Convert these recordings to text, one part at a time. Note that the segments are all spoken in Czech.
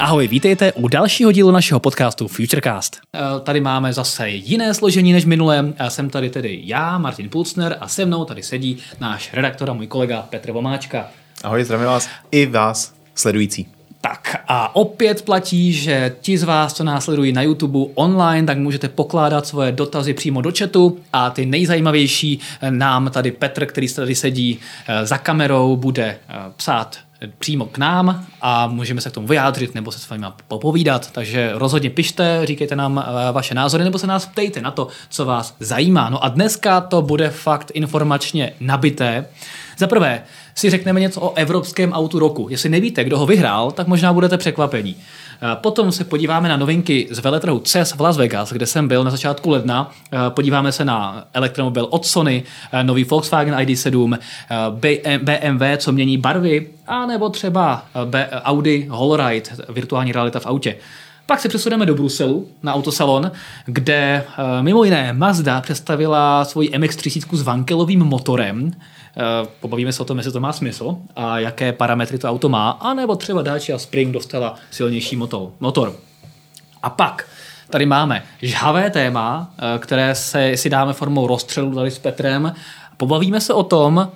Ahoj, vítejte u dalšího dílu našeho podcastu Futurecast. Tady máme zase jiné složení než minulé. Jsem tady tedy já, Martin Pulcner, a se mnou tady sedí náš redaktor a můj kolega Petr Vomáčka. Ahoj, zdravím vás i vás, sledující. Tak a opět platí, že ti z vás, co nás sledují na YouTube online, tak můžete pokládat svoje dotazy přímo do chatu a ty nejzajímavější nám tady Petr, který tady sedí za kamerou, bude psát přímo k nám a můžeme se k tomu vyjádřit nebo se s vámi popovídat. Takže rozhodně pište, říkejte nám vaše názory nebo se nás ptejte na to, co vás zajímá. No a dneska to bude fakt informačně nabité. Za prvé si řekneme něco o evropském autu roku. Jestli nevíte, kdo ho vyhrál, tak možná budete překvapení. Potom se podíváme na novinky z veletrhu CES v Las Vegas, kde jsem byl na začátku ledna. Podíváme se na elektromobil od Sony, nový Volkswagen ID.7, BMW, co mění barvy, a nebo třeba Audi Holoride, virtuální realita v autě. Pak se přesuneme do Bruselu na autosalon, kde mimo jiné Mazda představila svoji MX-30 s vankelovým motorem. Pobavíme se o tom, jestli to má smysl a jaké parametry to auto má, anebo třeba Dacia Spring dostala silnější motor. A pak tady máme žhavé téma, které si dáme formou rozstřelu tady s Petrem. Pobavíme se o tom,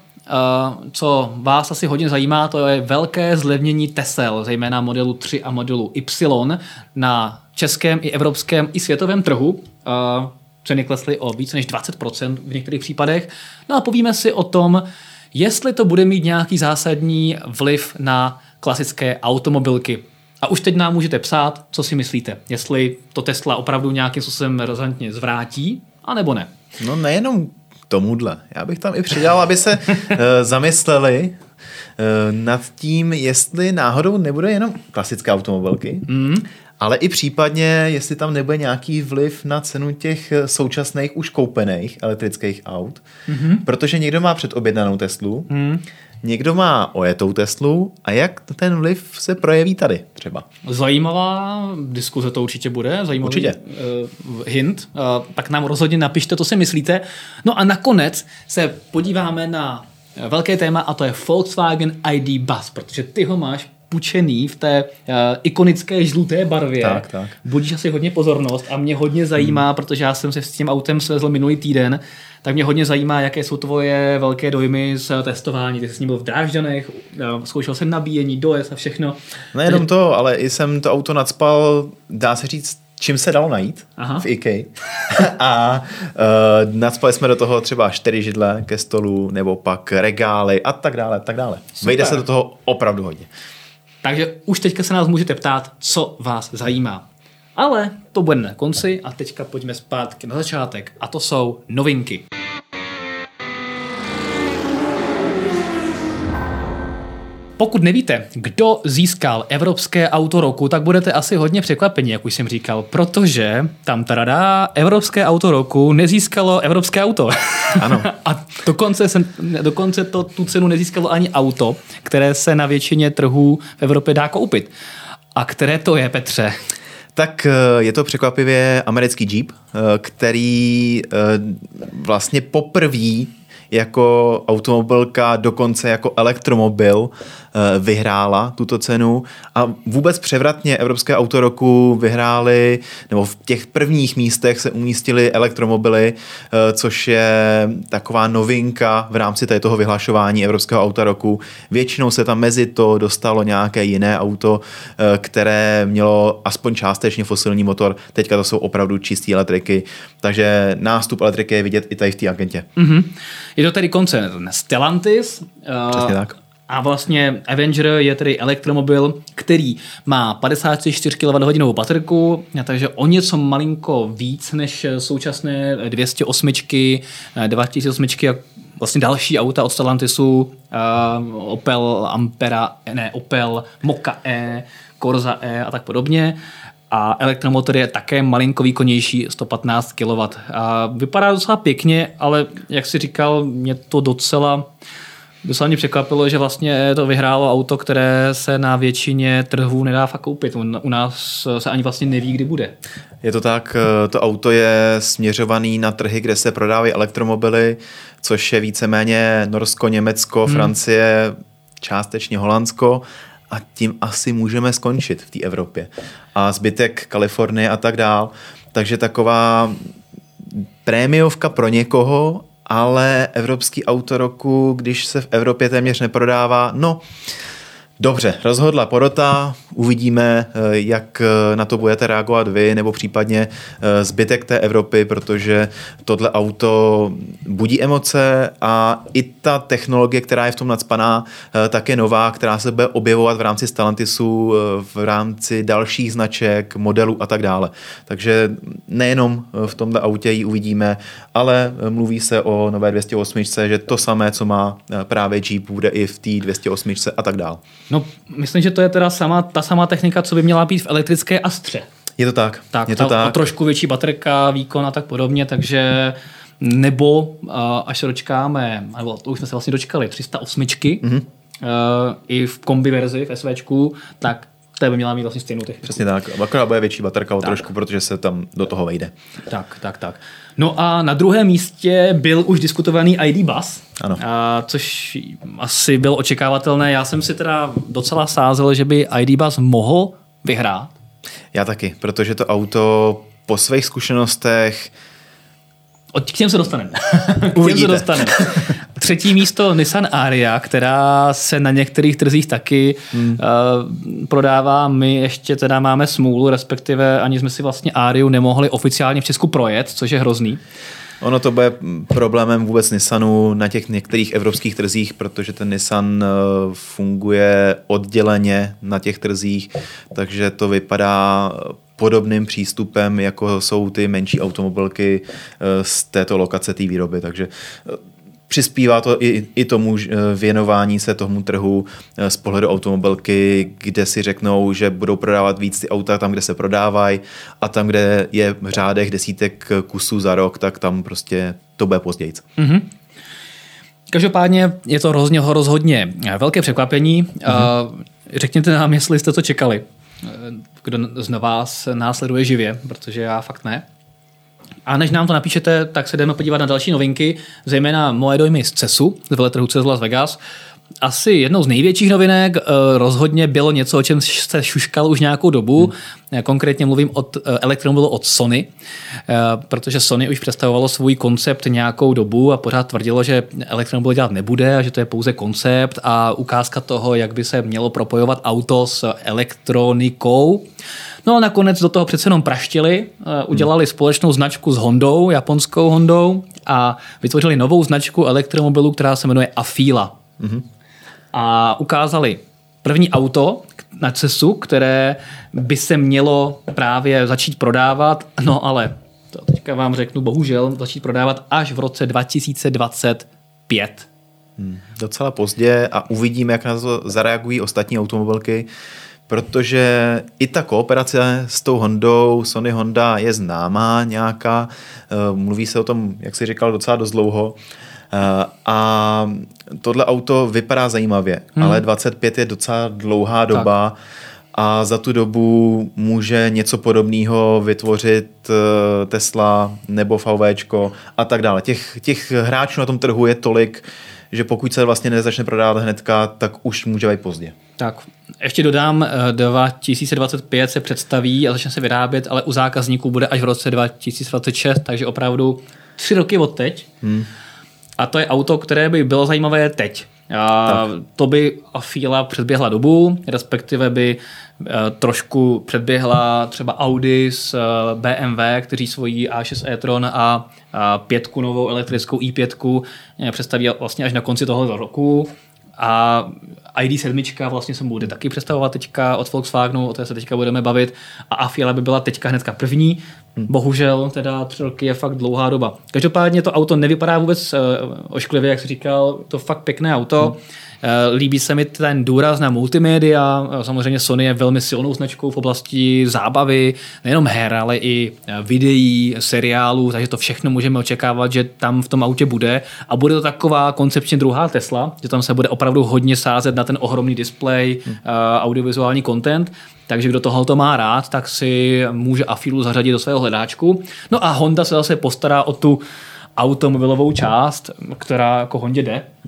co vás asi hodně zajímá, to je velké zlevnění Tesel, zejména modelu 3 a modelu Y na českém i evropském i světovém trhu. Ceny klesly o více než 20% v některých případech. No a povíme si o tom, jestli to bude mít nějaký zásadní vliv na klasické automobilky. A už teď nám můžete psát, co si myslíte. Jestli to Tesla opravdu nějakým způsobem razantně zvrátí, anebo ne. No nejenom tomuhle. Já bych tam i přidal, aby se zamysleli nad tím, jestli náhodou nebude jenom klasické automobilky, ale i případně, jestli tam nebude nějaký vliv na cenu těch současných už koupených elektrických aut, protože někdo má předobjednanou Teslu, někdo má ojetou Teslu a jak ten vliv se projeví tady třeba. Zajímavá diskuze to určitě bude, zajímavý hint, tak nám rozhodně napište, co si myslíte. No a nakonec se podíváme na velké téma a to je Volkswagen ID Buzz, protože ty ho máš pučený v té ikonické žluté barvě. Tak. Budíš asi hodně pozornost a mě hodně zajímá, protože já jsem se s tím autem svezl minulý týden, tak mě hodně zajímá, jaké jsou tvoje velké dojmy z testování. Ty jsi s ním byl v Drážďanech, zkoušel jsem nabíjení, dojezd a všechno. Nejenom to, ale i jsem to auto nacpal, dá se říct, čím se dalo najít v IKEA. A nacpali jsme do toho třeba 4 židle ke stolu, nebo pak regály a tak dále. Vejde se do toho opravdu hodně. Takže už teďka se nás můžete ptát, co vás zajímá. Ale to bude na konci a teďka pojďme zpátky na začátek a to jsou novinky. Pokud nevíte, kdo získal Evropské auto roku, tak budete asi hodně překvapeni, jak už jsem říkal, protože tam Evropské auto roku nezískalo evropské auto. Ano. A dokonce tu cenu nezískalo ani auto, které se na většině trhů v Evropě dá koupit. A které to je, Petře? Tak je to překvapivě americký Jeep, který vlastně poprvé jako automobilka, dokonce jako elektromobil vyhrála tuto cenu a vůbec převratně Evropské auto roku vyhrály, nebo v těch prvních místech se umístily elektromobily, což je taková novinka v rámci toho vyhlašování Evropského auta roku. Většinou se tam mezi to dostalo nějaké jiné auto, které mělo aspoň částečně fosilní motor. Teďka to jsou opravdu čistý elektriky, takže nástup elektriky je vidět i tady v té agentě. Je to tedy koncern Stellantis. Přesně tak. A vlastně Avenger je tedy elektromobil, který má 54 kWh baterku, takže o něco malinko víc než současné 208, 2008 a vlastně další auta od Stellantisu, Opel Mokka E, Corsa E a tak podobně. A elektromotor je také malinko výkonnější, 115 kW. A vypadá docela pěkně, ale jak jsi říkal, mě to docela mě překvapilo, že vlastně to vyhrálo auto, které se na většině trhů nedá fakt koupit. U nás se ani vlastně neví, kdy bude. Je to tak, to auto je směřovaný na trhy, kde se prodávají elektromobily, což je víceméně Norsko, Německo, Francie, částečně Holandsko. a tím asi můžeme skončit v té Evropě. A zbytek Kalifornie a tak dál. Takže taková prémiovka pro někoho, ale evropský auto roku, když se v Evropě téměř neprodává, no dobře, rozhodla porota, uvidíme, jak na to budete reagovat vy, nebo případně zbytek té Evropy, protože tohle auto budí emoce a i ta technologie, která je v tom nacpaná, tak je nová, která se bude objevovat v rámci Stellantisu, v rámci dalších značek, modelů a tak dále. Takže nejenom v tomhle autě ji uvidíme, ale mluví se o nové 208, že to samé, co má právě Jeep, bude i v té 208 a tak dále. No, myslím, že to je teda ta samá technika, co by měla být v elektrické Astře. Je to tak. Je to tak. Trošku větší baterka, výkon a tak podobně, takže nebo až se dočkáme, nebo to už jsme se vlastně dočkali, 308 i v kombi verzi, v SVčku, tak to by měla mít vlastně stejnou techniku. Přesně tak. Akorát bude větší baterka o trošku, protože se tam do toho vejde. Tak. No a na druhém místě byl už diskutovaný ID Buzz, což asi bylo očekávatelné. Já jsem si teda docela sázel, že by ID Buzz mohl vyhrát. Já taky, protože to auto po svých zkušenostech... K těm se dostaneme. Třetí místo Nissan Ariya, která se na některých trzích taky prodává. My ještě teda máme smůlu, respektive ani jsme si vlastně Ariyu nemohli oficiálně v Česku projet, což je hrozný. Ono to bude problémem vůbec Nissanu na těch některých evropských trzích, protože ten Nissan funguje odděleně na těch trzích, takže to vypadá podobným přístupem, jako jsou ty menší automobilky z této lokace té výroby. Takže přispívá to i tomu věnování se tomu trhu z pohledu automobilky, kde si řeknou, že budou prodávat víc ty auta tam, kde se prodávají, a tam, kde je v řádech desítek kusů za rok, tak tam prostě to bude později. Mm-hmm. Každopádně je to rozhodně velké překvapení. Mm-hmm. Řekněte nám, jestli jste to čekali. Kdo z vás následuje živě, protože já fakt ne. A než nám to napíšete, tak se jdeme podívat na další novinky, zejména moje dojmy z CESu, z veletrhu CES Las Vegas. Asi jednou z největších novinek rozhodně bylo něco, o čem se šuškal už nějakou dobu. Konkrétně mluvím od elektromobilu od Sony, protože Sony už představovalo svůj koncept nějakou dobu a pořád tvrdilo, že elektromobil dělat nebude a že to je pouze koncept a ukázka toho, jak by se mělo propojovat auto s elektronikou. No a nakonec do toho přece jenom praštili, udělali společnou značku s Hondou, japonskou Hondou, a vytvořili novou značku elektromobilu, která se jmenuje Afeela. Mm-hmm. A ukázali první auto na CESu, které by se mělo právě začít prodávat, no ale to teďka vám řeknu, bohužel začít prodávat až v roce 2025. Docela pozdě a uvidíme, jak na to zareagují ostatní automobilky, protože i ta kooperace s tou Hondou, Sony Honda je známá nějaká, mluví se o tom, jak jsi říkal, docela dost dlouho. A tohle auto vypadá zajímavě, ale 25 je docela dlouhá doba a za tu dobu může něco podobného vytvořit Tesla nebo VWčko a tak dále. Těch hráčů na tom trhu je tolik, že pokud se vlastně nezačne prodávat hnedka, tak už může být pozdě. Tak, ještě dodám, 2025 se představí a začne se vyrábět, ale u zákazníků bude až v roce 2026, takže opravdu 3 roky od teď. A to je auto, které by bylo zajímavé teď. To by Afeela předběhla dobu, respektive by trošku předběhla třeba Audi s BMW, kteří svojí A6 e-tron a 5 novou elektrickou i5 představí vlastně až na konci tohoto roku. A ID7 vlastně se bude taky představovat teďka od Volkswagenu, o té se teďka budeme bavit, a Afeela by byla teďka hnedka první. Bohužel teda 3 roky je fakt dlouhá doba. Každopádně to auto nevypadá vůbec ošklivě, jak jsi říkal, to fakt pěkné auto. Líbí se mi ten důraz na multimédia, samozřejmě Sony je velmi silnou značkou v oblasti zábavy, nejenom her, ale i videí, seriálů, takže to všechno můžeme očekávat, že tam v tom autě bude, a bude to taková koncepčně druhá Tesla, že tam se bude opravdu hodně sázet na ten ohromný displej, audiovizuální content. Takže kdo tohoto má rád, tak si může Afeelu zařadit do svého hledáčku. No a Honda se zase postará o tu automobilovou část, která jako Hondě jde.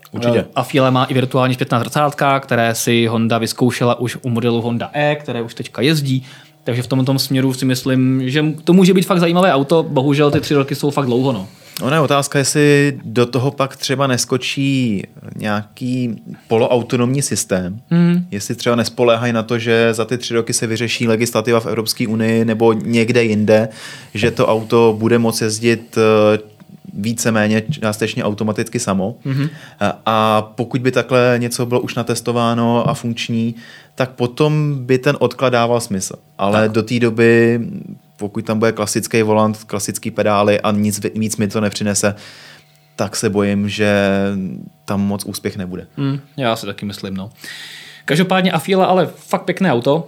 Určitě. Afíla má i virtuální zpětná zrcátka, které si Honda vyzkoušela už u modelu Honda E, které už teďka jezdí. Takže v tomto směru si myslím, že to může být fakt zajímavé auto. Bohužel ty 3 roky jsou fakt dlouho. No. Ona je otázka, jestli do toho pak třeba neskočí nějaký poloautonomní systém, jestli třeba nespoléhají na to, že za ty 3 roky se vyřeší legislativa v Evropské unii nebo někde jinde, že to auto bude moct jezdit víceméně částečně automaticky samo. A pokud by takhle něco bylo už natestováno a funkční, tak potom by ten odklad dával smysl. Ale do té doby, pokud tam bude klasický volant, klasický pedály a nic mi to nepřinese, tak se bojím, že tam moc úspěch nebude. Já si taky myslím, no. Každopádně Afeela, ale fakt pěkné auto.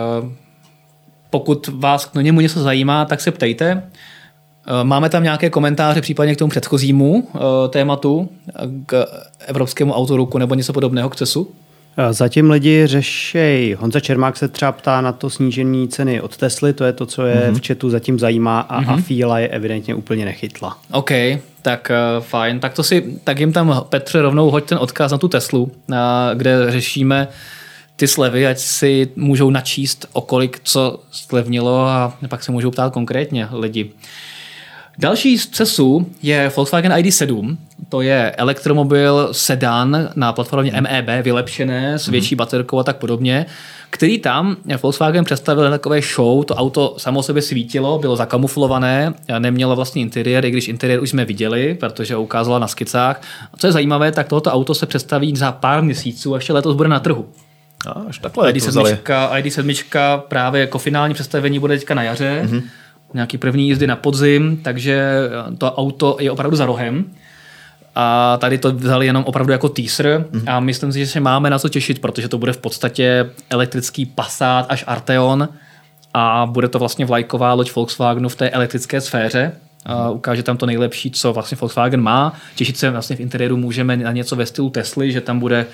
Pokud vás k němu něco zajímá, tak se ptejte. Máme tam nějaké komentáře případně k tomu předchozímu tématu, k evropskému autoruku nebo něco podobného k CESu? Zatím lidi řešej. Honza Čermák se třeba ptá na to snížení ceny od Tesly, to je to, co je v chatu zatím zajímá a Afeela je evidentně úplně nechytla. OK, tak fajn. Tak jim tam Petře rovnou hoď ten odkaz na tu Teslu, kde řešíme ty slevy, ať si můžou načíst, o kolik co slevnilo a pak se můžou ptát konkrétně lidi. Další z CESu je Volkswagen ID.7, to je elektromobil sedan na platformě MEB, vylepšené s větší baterkou a tak podobně, který tam Volkswagen představil na takové show, to auto samo sebe svítilo, bylo zakamuflované, nemělo vlastní interiér, i když interiér už jsme viděli, protože ho ukázala na skicách. Co je zajímavé, tak tohoto auto se představí za pár měsíců a ještě letos bude na trhu. Až takhle ID.7 právě jako finální představení bude teďka na jaře, nějaký první jízdy na podzim, takže to auto je opravdu za rohem. A tady to vzali jenom opravdu jako teaser a myslím si, že se máme na co těšit, protože to bude v podstatě elektrický Passat až Arteon a bude to vlastně vlajková loď Volkswagenu v té elektrické sféře. A ukáže tam to nejlepší, co vlastně Volkswagen má. Těšit se vlastně v interiéru můžeme na něco ve stylu Tesly, že tam bude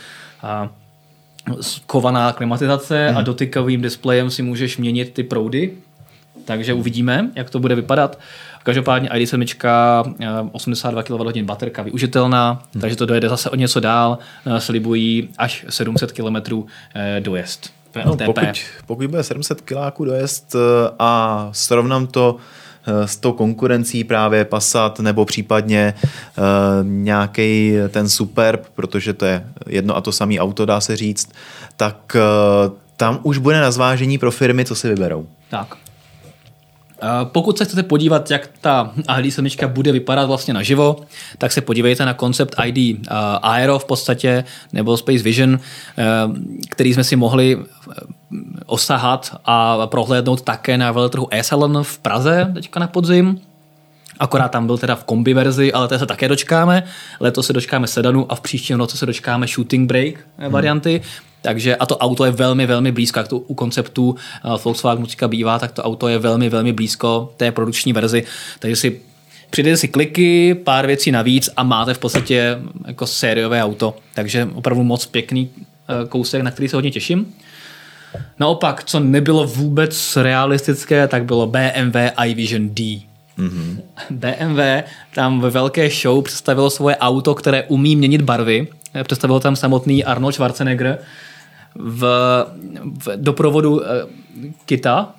kovaná klimatizace a dotykovým displejem si můžeš měnit ty proudy. Takže uvidíme, jak to bude vypadat. Každopádně ID.7 82 kWh baterka využitelná, takže to dojede zase o něco dál. Slibují až 700 km dojezd. No, pokud bude 700 km dojezd a srovnám to s tou konkurencí právě Passat nebo případně nějaký ten Superb, protože to je jedno a to samé auto, dá se říct, tak tam už bude na zvážení pro firmy, co si vyberou. Tak. Pokud se chcete podívat, jak ta ID.7 bude vypadat vlastně naživo, tak se podívejte na koncept ID Aero v podstatě, nebo Space Vision, který jsme si mohli osahat a prohlédnout také na veletrhu E-Salon v Praze teďka na podzim. Akorát tam byl teda v kombi verzi, ale té se také dočkáme. Letos se dočkáme sedanu a v příštím roce se dočkáme shooting brake varianty. Takže a to auto je velmi, velmi blízko, jak to u konceptu Volkswagenu bývá, tak to auto je velmi, velmi blízko té produkční verzi. Takže si přidejte si kliky, pár věcí navíc a máte v podstatě jako sériové auto. Takže opravdu moc pěkný kousek, na který se hodně těším. Naopak, co nebylo vůbec realistické, tak bylo BMW iVision D. BMW tam ve velké show představilo svoje auto, které umí měnit barvy. Představil tam samotný Arnold Schwarzenegger v doprovodu Kita,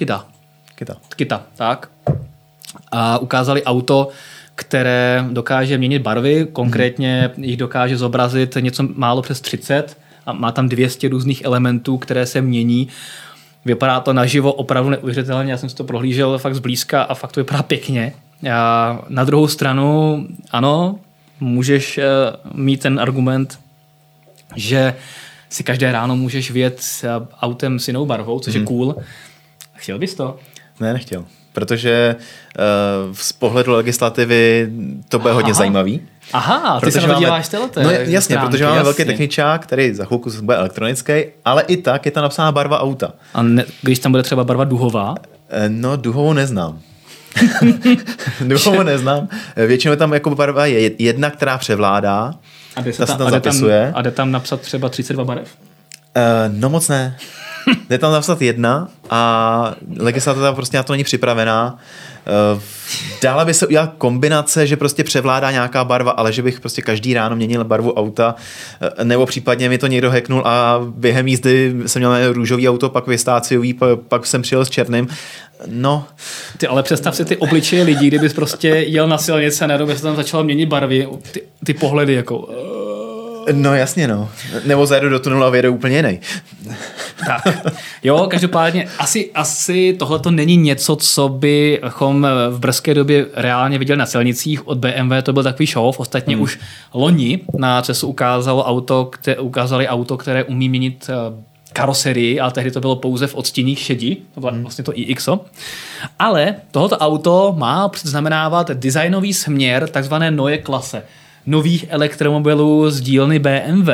tak. A ukázali auto, které dokáže měnit barvy, konkrétně jich dokáže zobrazit něco málo přes 30 a má tam 200 různých elementů, které se mění. Vypadá to naživo opravdu neuvěřitelně, já jsem si to prohlížel fakt zblízka a fakt to vypadá pěkně. A na druhou stranu, ano, můžeš mít ten argument, že si každé ráno můžeš vyjet autem s jinou barvou, což je cool. Chtěl bys to? Ne, nechtěl. Protože z pohledu legislativy to bude hodně zajímavý. Aha, ty se na to díváš No jasně, protože máme velký techničák, který za chvilku bude elektronický, ale i tak je tam napsána barva auta. A když tam bude třeba barva duhová? No, duhovou neznám. Duhovou neznám. Většinou tam jako barva je jedna, která převládá. A ta se tam zapisuje. A jde tam napsat třeba 32 barev? No moc ne. Jde tam napsat 1 a legislativa prostě na to není připravená. Dále by se udělala kombinace, že prostě převládá nějaká barva, ale že bych prostě každý ráno měnil barvu auta, nebo případně mi to někdo hacknul a během jízdy jsem měl růžový auto, pak vystáciový, pak jsem přijel s černým. No. Ty ale představ si ty obličeje lidí, kdybys prostě jel na silnici a najednou se tam začalo měnit barvy, ty pohledy jako... No jasně, no. Nebo zajedu do tunelu a vyjedu úplně jiný. Tak. Jo, každopádně asi tohle to není něco, co bychom v brzké době reálně viděli na silnicích. Od BMW to byl takový show. Ostatně už loni na CESu ukázali auto, které umí měnit karoserii, ale tehdy to bylo pouze v odstíních šedi. To bylo vlastně to iXo. Ale tohoto auto má předznamenávat designový směr takzvané Neue Klasse. Nových elektromobilů z dílny BMW.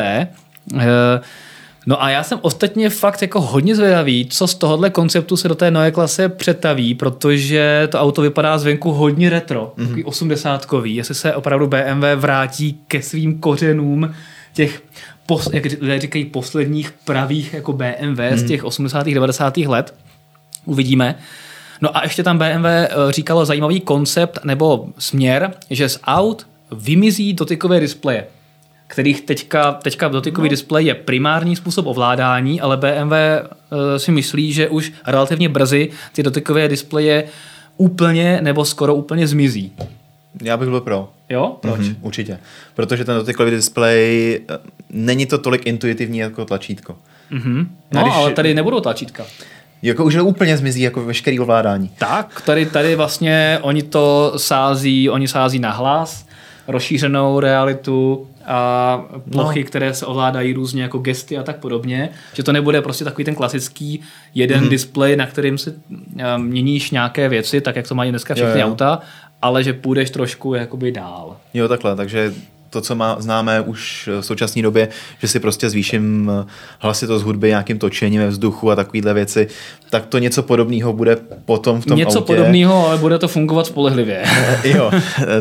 No a já jsem ostatně fakt jako hodně zvědavý, co z tohohle konceptu se do té Neue Klasse přetaví, protože to auto vypadá zvenku hodně retro, takový 80kový, jestli se opravdu BMW vrátí ke svým kořenům těch, jak lidé říkají, posledních pravých jako BMW z těch 80. 90. let. Uvidíme. No a ještě tam BMW říkalo zajímavý koncept nebo směr, že z aut vymizí dotykové displeje, kterých teďka dotykový displej je primární způsob ovládání, ale BMW si myslí, že už relativně brzy ty dotykové displeje úplně nebo skoro úplně zmizí. Já bych byl pro. Jo? Proč? Určitě. Protože ten dotykový displej není to tolik intuitivní jako tlačítko. No, ale tady nebudou tlačítka. Jako už úplně zmizí jako veškerý ovládání. Tak, tady vlastně oni sází na hlas, rozšířenou realitu a plochy, které se ovládají různě jako gesty a tak podobně. Že to nebude prostě takový ten klasický jeden displej, na kterým si měníš nějaké věci, tak jak to mají dneska všechny auta, ale že půjdeš trošku jakoby dál. Jo, takhle, takže to, co známe už v současné době, že si prostě zvýším hlasitost hudby nějakým točením ve vzduchu a takovýhle věci, tak to něco podobného bude potom v tom něco autě. Něco podobného, ale bude to fungovat spolehlivě. Jo,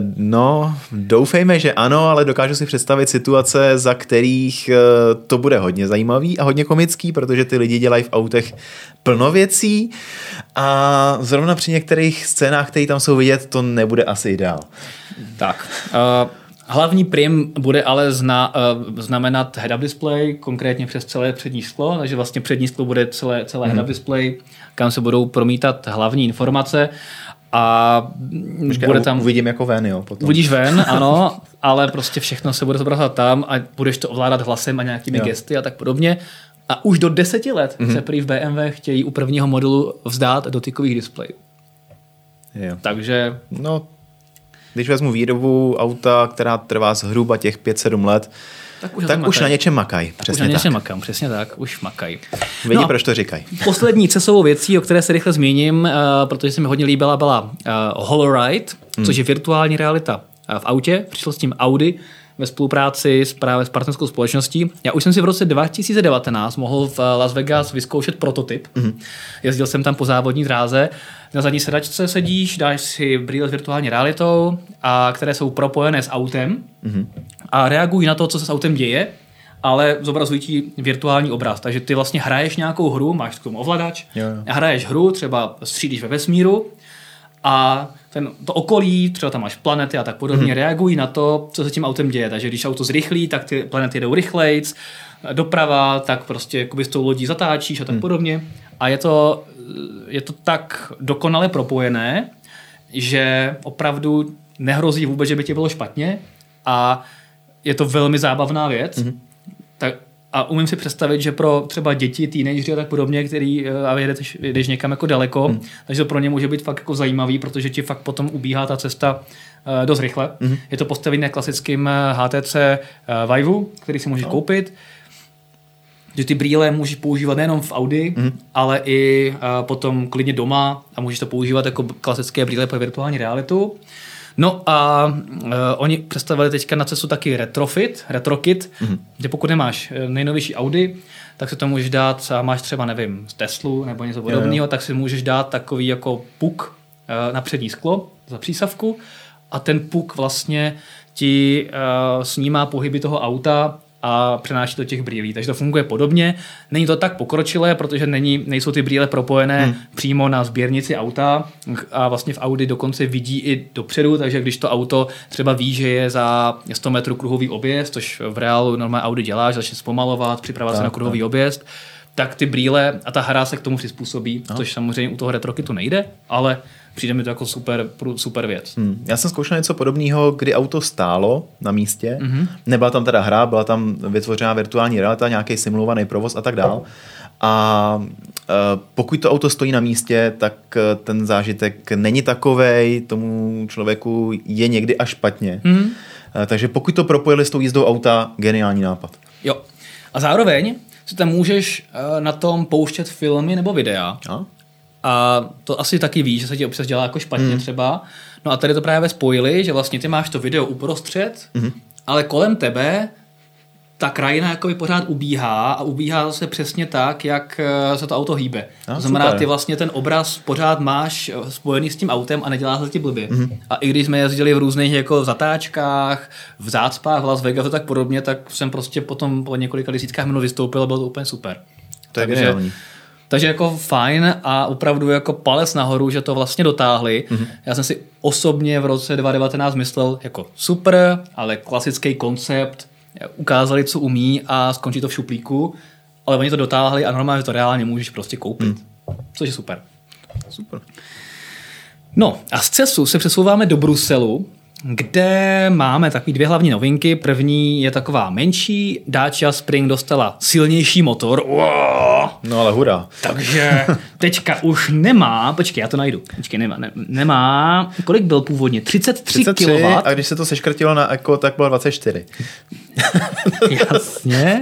no, doufejme, že ano, ale dokážu si představit situace, za kterých to bude hodně zajímavý a hodně komický, protože ty lidi dělají v autech plno věcí a zrovna při některých scénách, které tam jsou vidět, to nebude asi ideál. Tak, hlavní prim bude ale znamenat head-up display, konkrétně přes celé přední sklo, takže vlastně přední sklo bude celé head-up display, kam se budou promítat hlavní informace a bude tam... Uvidím jako ven, jo. Potom. Uvidíš ven, ano, ale prostě všechno se bude zobrazovat tam a budeš to ovládat hlasem a nějakými gesty a tak podobně. A už do 10 let se prý v BMW chtějí u prvního modelu vzdát dotykových displejů. Jo. Takže... No, když vezmu výrobu auta, která trvá zhruba těch 5-7 let, tak už na něčem makají. Už na něčem makám, přesně tak, už makají. Vidí, proč to říkají. Poslední cestovou věcí, o které se rychle zmíním, protože se mi hodně líbila, byla HoloRide, což je virtuální realita v autě. Přišlo s tím Audi ve spolupráci právě s partnerskou společností. Já už jsem si v roce 2019 mohl v Las Vegas vyzkoušet prototyp. Jezdil jsem tam po závodní dráze. Na zadní sedačce sedíš, dáš si brýle s virtuální realitou, které jsou propojené s autem a reagují na to, co se s autem děje, ale zobrazují ti virtuální obraz. Takže ty vlastně hraješ nějakou hru, máš k tomu ovladač, a hraješ hru, třeba střílíš ve vesmíru a to okolí, třeba tam máš planety a tak podobně, reagují na to, co se tím autem děje. Takže když auto zrychlí, tak ty planety jdou rychlejc, doprava, tak prostě jakoby s tou lodí zatáčíš a tak podobně. A je to tak dokonale propojené, že opravdu nehrozí vůbec, že by ti bylo špatně a je to velmi zábavná věc. Tak, a umím si představit, že pro třeba děti, teenagery a tak podobně, který jedeš někam jako daleko, takže to pro ně může být fakt jako zajímavý, protože ti fakt potom ubíhá ta cesta dost rychle. Je to postavené na klasickým HTC Viveu, který si můžeš koupit. Že ty brýle můžeš používat nejenom v Audi, ale i potom klidně doma a můžeš to používat jako klasické brýle pro virtuální realitu. No a oni představili teďka na cestu taky retrokit, kde pokud nemáš nejnovější Audi, tak se to můžeš dát, a máš třeba, nevím, Teslu nebo něco podobného, tak si můžeš dát takový jako puk na přední sklo za přísavku a ten puk vlastně ti snímá pohyby toho auta a přenáší do těch brýlí. Takže to funguje podobně. Není to tak pokročilé, protože nejsou ty brýle propojené přímo na sběrnici auta a vlastně v Audi dokonce vidí i dopředu, takže když to auto třeba ví, že je za 100 metrů kruhový objezd, což v reálu normálně Audi dělá, že začne zpomalovat, připravovat se na kruhový objezd, tak ty brýle a ta hra se k tomu přizpůsobí, což samozřejmě u toho retrokitu nejde, ale přijde mi to jako super věc. Já jsem zkoušel něco podobného, kdy auto stálo na místě, nebyla tam teda hra, byla tam vytvořená virtuální realita, nějaký simulovaný provoz a tak dál. A pokud to auto stojí na místě, tak ten zážitek není takovej, tomu člověku je někdy až špatně. Takže pokud to propojili s tou jízdou auta, geniální nápad. Jo. A zároveň si tam můžeš na tom pouštět filmy nebo videa. A to asi taky víš, že se ti občas dělá jako špatně třeba. No a tady to právě spojili, že vlastně ty máš to video uprostřed, ale kolem tebe ta krajina jakoby pořád ubíhá a ubíhá zase přesně tak, jak se to auto hýbe. To znamená, ty vlastně ten obraz pořád máš spojený s tím autem a nedělá se ti blbě. A i když jsme jezdili v různých jako zatáčkách, v zácpách, v Las Vegasu tak podobně, tak jsem prostě potom po několika desítkách minut vystoupil a bylo to úplně super. To je geniální. Takže jako fajn a opravdu jako palec nahoru, že to vlastně dotáhli. Já jsem si osobně v roce 2019 myslel jako super, ale klasický koncept, ukázali, co umí a skončí to v šuplíku, ale oni to dotáhli a normálně to reálně můžeš prostě koupit. Což je super. Super. No a z CESu se přesouváme do Bruselu, kde máme takové dvě hlavní novinky. První je taková menší, Dacia Spring dostala silnější motor. Wow. No ale hurá. Takže teďka už nemá, počkej, já to najdu. Nemá, kolik byl původně? 33 kW. A když se to seškrtilo na Eco, tak bylo 24. Jasně.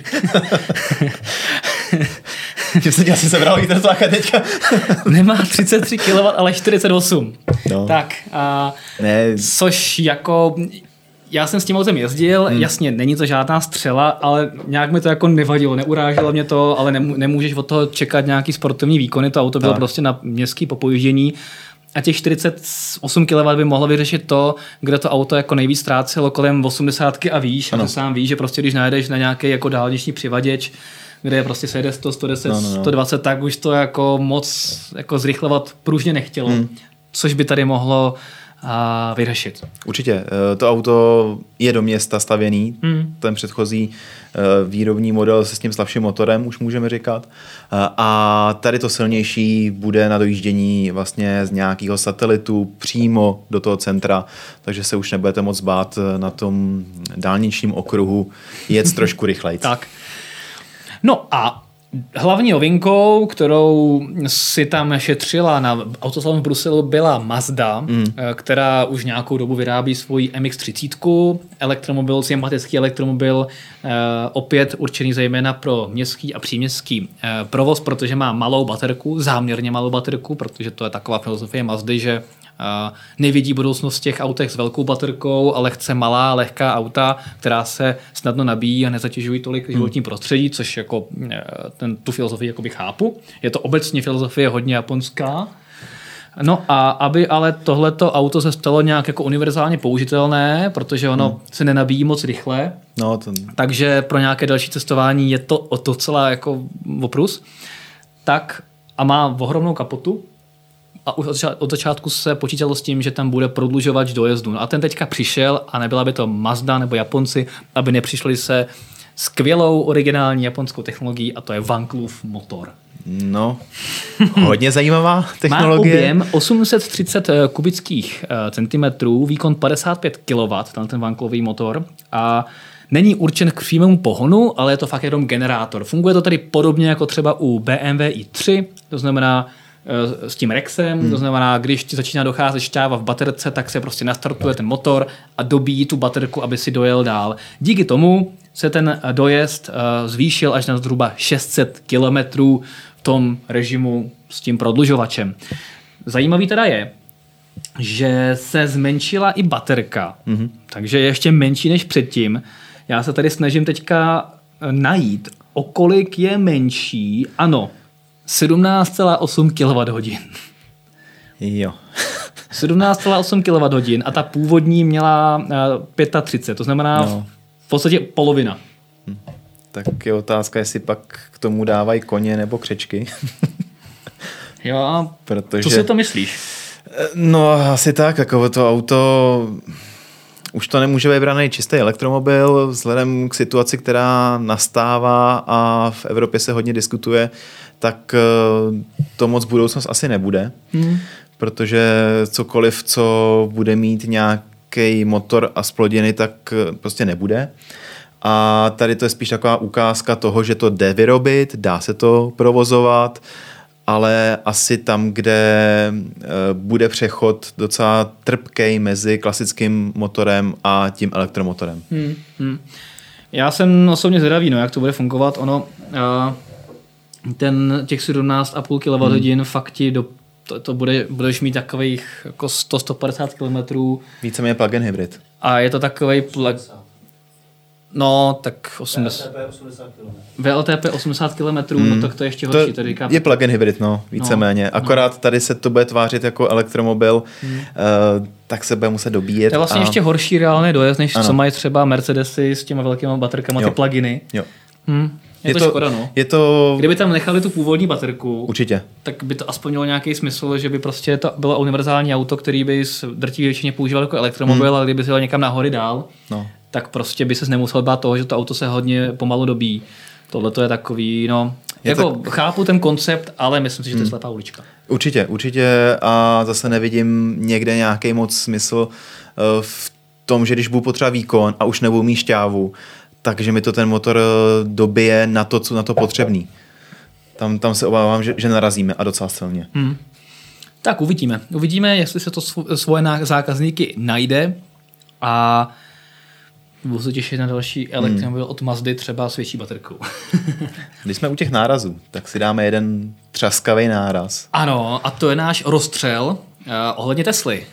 Že se ti asi sebral vítr teďka. Nemá 33 kW, ale 48. No. Tak, ne. Což jako... Já jsem s tím autem jezdil, jasně, není to žádná střela, ale nějak mi to jako nevadilo, neuráželo mě to, ale nemůžeš od toho čekat nějaký sportovní výkony, to auto bylo prostě na městský popojíždění a těch 48 kW by mohlo vyřešit to, kde to auto jako nejvíc ztrácelo kolem 80 a výš, a sám víš, že prostě když najedeš na nějaký jako dálniční přivaděč, kde je prostě 100, 110, 120, tak už to jako moc jako zrychlovat pružně nechtělo, což by tady mohlo vyřešit. Určitě. To auto je do města stavěný. Ten předchozí výrobní model se s tím slabším motorem, už můžeme říkat. A tady to silnější bude na dojíždění vlastně z nějakého satelitu přímo do toho centra, takže se už nebudete moc bát na tom dálničním okruhu jet trošku rychleji. Tak. No a hlavní novinkou, kterou si tam šetřila na autosalonu v Bruselu, byla Mazda, která už nějakou dobu vyrábí svoji MX-30, elektromobil, sympatický elektromobil, opět určený zejména pro městský a příměstský provoz, protože má malou baterku, záměrně malou baterku, protože to je taková filozofie Mazdy, že nevidí budoucnost v těch autech s velkou baterkou, ale chce malá, lehká auta, která se snadno nabíjí a nezatěžují tolik životní prostředí, což jako tu filozofii jakoby chápu. Je to obecně filozofie hodně japonská. No a aby ale tohleto auto se stalo nějak jako univerzálně použitelné, protože ono se nenabíjí moc rychle, takže pro nějaké další cestování je to docela jako oprus, tak a má ohromnou kapotu, a už od začátku se počítalo s tím, že tam bude prodlužovač dojezdu. No a ten teďka přišel a nebyla by to Mazda nebo Japonci, aby nepřišli se skvělou originální japonskou technologií a to je Vancouver motor. No, hodně zajímavá technologie. Má objem 830 kubických centimetrů, výkon 55 kW, ten Vancouver motor a není určen k přímému pohonu, ale je to fakt jenom generátor. Funguje to tady podobně jako třeba u BMW i3, to znamená s tím Rexem, to znamená, když ti začíná docházet šťáva v baterce, tak se prostě nastartuje ten motor a dobíjí tu baterku, aby si dojel dál. Díky tomu se ten dojezd zvýšil až na zhruba 600 kilometrů v tom režimu s tím prodlužovačem. Zajímavý teda je, že se zmenšila i baterka, takže je ještě menší než předtím. Já se tady snažím teďka najít, o kolik je menší. Ano, 17,8 kWh. Jo. 17,8 kWh a ta původní měla 35, to znamená v podstatě polovina. Tak je otázka, jestli pak k tomu dávají koně nebo křečky. Jo, protože... co si to myslíš? No asi tak, jako to auto... Už to nemůže být braný čistý elektromobil, vzhledem k situaci, která nastává a v Evropě se hodně diskutuje, tak to moc budoucnost asi nebude, protože cokoliv, co bude mít nějaký motor a zplodiny, tak prostě nebude. A tady to je spíš taková ukázka toho, že to jde vyrobit, dá se to provozovat, ale asi tam, kde bude přechod docela trpkej mezi klasickým motorem a tím elektromotorem. Já jsem osobně zvědavý, jak to bude fungovat. Ono, těch 17,5 kWh fakt ti budeš mít takových jako 100-150 km. Víceméně plug-in hybrid. A je to takovej no, tak 80. VLTP 80 km, no tak to je ještě horší. To je plug-in hybrid, víceméně. Akorát tady se to bude tvářit jako elektromobil, tak se bude muset dobíjet. To je vlastně ještě horší reálný dojezd, než co mají třeba Mercedesy s těma velkýma baterkama, ty pluginy. Jo. Je to škoda, no. Kdyby tam nechali tu původní baterku, určitě, tak by to aspoň mělo nějaký smysl, že by prostě to bylo univerzální auto, který by s drtivé většině používal jako elektromobil, ale kdyby se jel někam nahory dál, tak prostě by ses nemusel bát toho, že to auto se hodně pomalu dobíjí. Tohle to je takový, chápu ten koncept, ale myslím si, že to je slepá ulička. Určitě a zase nevidím někde nějaký moc smysl v tom, že když budu potřebovat výkon a už nebudu mít šťávu, takže mi to ten motor dobije na to, co na to potřebný. Tam se obávám, že narazíme a docela silně. Tak uvidíme, jestli se to svoje zákazníky najde a budu se těšit na další elektromobil od Mazdy, třeba s větší baterkou. Když jsme u těch nárazů, tak si dáme jeden třaskavý náraz. Ano, a to je náš rozstřel ohledně Tesly.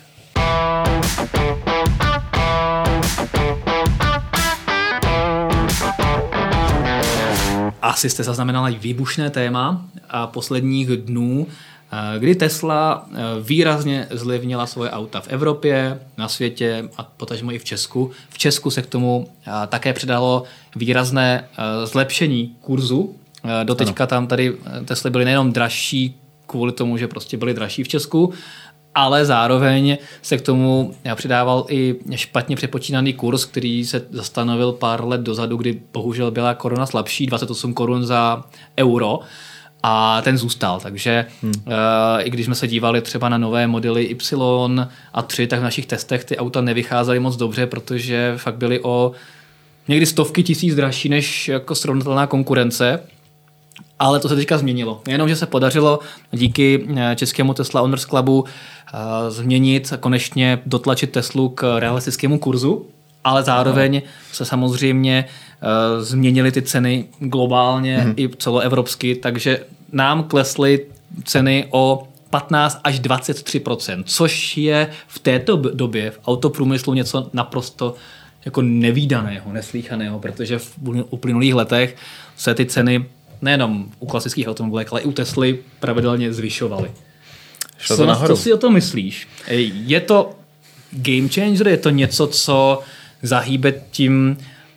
Asi jste zaznamenali výbušné téma posledních dnů, kdy Tesla výrazně zlevnila svoje auta v Evropě, na světě a potažmo i v Česku. V Česku se k tomu také přidalo výrazné zlepšení kurzu. Doteďka tam tady Tesly byly nejenom dražší kvůli tomu, že prostě byly dražší v Česku, ale zároveň se k tomu přidával i špatně přepočítaný kurz, který se zastanovil pár let dozadu, kdy bohužel byla koruna slabší, 28 korun za euro. A ten zůstal, takže i když jsme se dívali třeba na nové modely Y a 3, tak v našich testech ty auta nevycházely moc dobře, protože fakt byly o někdy stovky tisíc dražší než jako srovnatelná konkurence. Ale to se teďka změnilo. Nejenom, že se podařilo díky českému Tesla Owners Clubu změnit a konečně dotlačit Teslu k realistickému kurzu, ale zároveň se samozřejmě změnily ty ceny globálně i celoevropsky, takže nám klesly ceny o 15 až 23%, což je v této době v autoprůmyslu něco naprosto jako nevídaného, neslýchaného, protože v uplynulých letech se ty ceny nejenom u klasických automobilek, ale i u Tesly pravidelně zvyšovaly. Co si o tom myslíš? Je to game changer? Je to něco, co zahýbe tím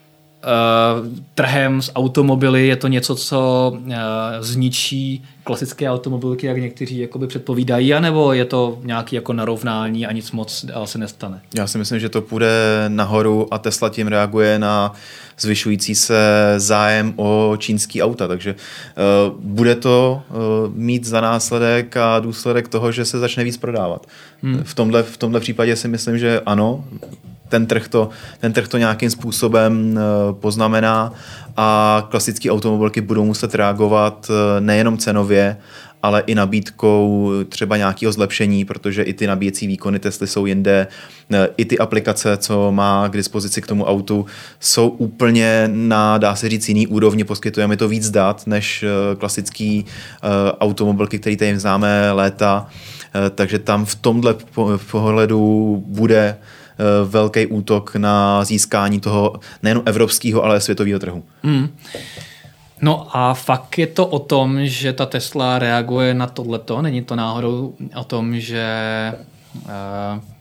trhem s automobily? Je to něco, co zničí klasické automobilky, jak někteří jakoby předpovídají, anebo je to nějaké jako narovnání a nic moc se nestane? Já si myslím, že to půjde nahoru a Tesla tím reaguje na zvyšující se zájem o čínský auta, takže bude to mít za následek a důsledek toho, že se začne víc prodávat. V tomhle případě si myslím, že ano, ten trh to nějakým způsobem poznamená a klasické automobilky budou muset reagovat nejenom cenově, ale i nabídkou třeba nějakého zlepšení, protože i ty nabíjecí výkony Tesly jsou jinde, i ty aplikace, co má k dispozici k tomu autu, jsou úplně na, dá se říct, jiný úrovni, poskytujeme to víc dat, než klasický automobilky, který tady známe léta, takže tam v tomhle pohledu bude velký útok na získání toho nejen evropského, ale světového trhu. No a fakt je to o tom, že ta Tesla reaguje na tohleto? Není to náhodou o tom, že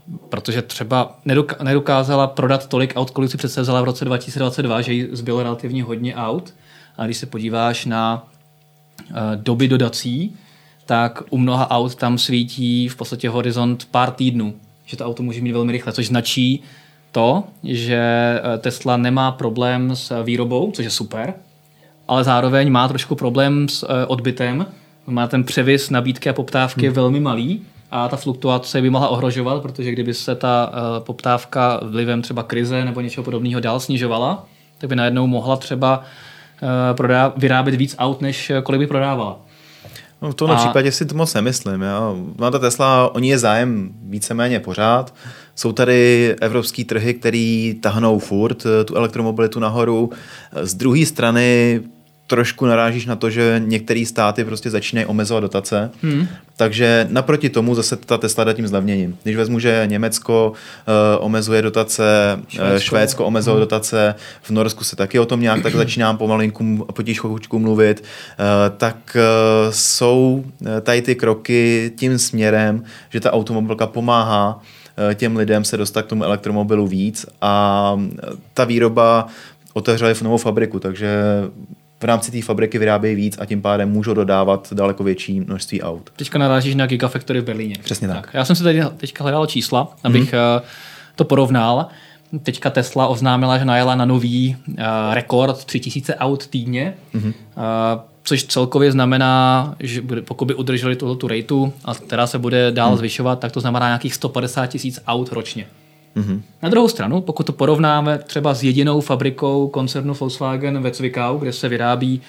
protože třeba nedokázala prodat tolik aut, kolik si představila v roce 2022, že jí zbylo relativně hodně aut. A když se podíváš na doby dodací, tak u mnoha aut tam svítí v podstatě horizont pár týdnů, že to auto může mít velmi rychle, což značí to, že Tesla nemá problém s výrobou, což je super, ale zároveň má trošku problém s odbytem. Má ten převis nabídky a poptávky velmi malý a ta fluktuace by mohla ohrožovat, protože kdyby se ta poptávka vlivem třeba krize nebo něčeho podobného dál snižovala, tak by najednou mohla třeba vyrábět víc aut, než kolik by prodávala. No v tomhle případě si to moc nemyslím. No ta Tesla, oni je zájem víceméně pořád. Jsou tady evropský trhy, který tahnou furt tu elektromobilitu nahoru. Z druhé strany trošku narážíš na to, že některé státy prostě začínají omezovat dotace. Takže naproti tomu zase ta Tesla jde tím zlevněním. Když vezmu, že Německo omezuje dotace, Švédsko omezuje dotace, v Norsku se taky o tom nějak tak začínám pomalinku potichu mluvit, tak jsou tady ty kroky tím směrem, že ta automobilka pomáhá těm lidem se dostat k tomu elektromobilu víc a ta výroba otevřela novou fabriku, takže v rámci té fabriky vyrábějí víc a tím pádem můžou dodávat daleko větší množství aut. Teďka narážíš na Gigafactory v Berlíně. Přesně tak. Já jsem si tady teďka hledal čísla, abych to porovnal. Teďka Tesla oznámila, že najela na nový rekord 3000 aut týdně, což celkově znamená, že pokud by udrželi tu rateu a která se bude dál zvyšovat, tak to znamená nějakých 150 000 aut ročně. Na druhou stranu, pokud to porovnáme třeba s jedinou fabrikou koncernu Volkswagen ve Zwickau, kde se vyrábí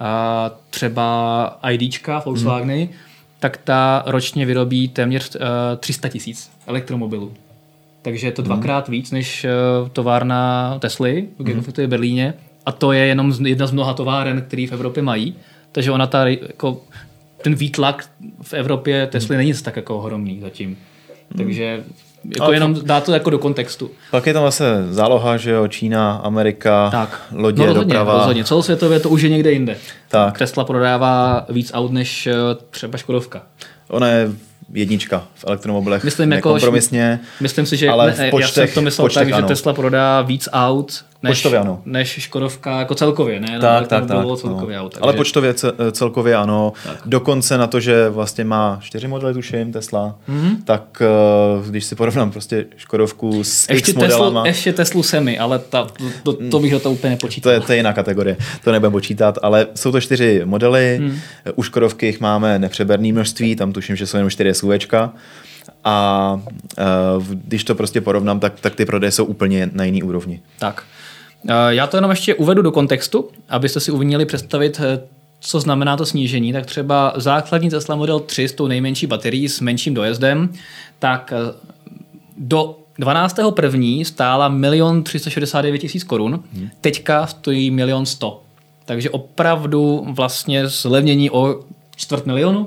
třeba IDčka Volkswageny, tak ta ročně vyrobí téměř 300 000 elektromobilů. Takže je to dvakrát víc než továrna Tesly v Gigafactory v Berlíně a to je jenom jedna z mnoha továren, které v Evropě mají. Takže ona ten výtlak v Evropě Tesly není tak jako ohromný zatím. Takže jako jenom dá to jako do kontextu. Pak je tam zase záloha, že jo, Čína, Amerika, tak. Lodě, doprava. Rozhodně. Celosvětově to už je někde jinde. Tak. Tesla prodává víc aut než třeba Škodovka. Ona je jednička v elektromobilech. Myslím, kompromisně. Myslím si, že já jsem to myslel tak, že Tesla prodá víc aut než Škodovka jako celkově. Ne? Tak. Celkově aut, takže... Ale počtově celkově ano. Tak. Dokonce na to, že vlastně má 4 modely, tuším, Tesla, tak když si porovnám prostě Škodovku s X modelama. Ještě Teslu Semi, ale to bych to úplně nepočítal. To je jiná kategorie, to nebudem počítat, ale jsou to 4 modely. U Škodovky jich máme nepřeberné množství, tam tuším, že jsou jenom 4 SUVčka. A když to prostě porovnám, tak ty prodeje jsou úplně na jiný úrovni. Tak. Já to jenom ještě uvedu do kontextu, abyste si uměli představit, co znamená to snížení. Tak třeba základní Tesla Model 3 s tou nejmenší baterií, s menším dojezdem, tak do 12.1. stála 1 369 000 korun, teďka stojí 1 100 000. Takže opravdu vlastně zlevnění o 250 000,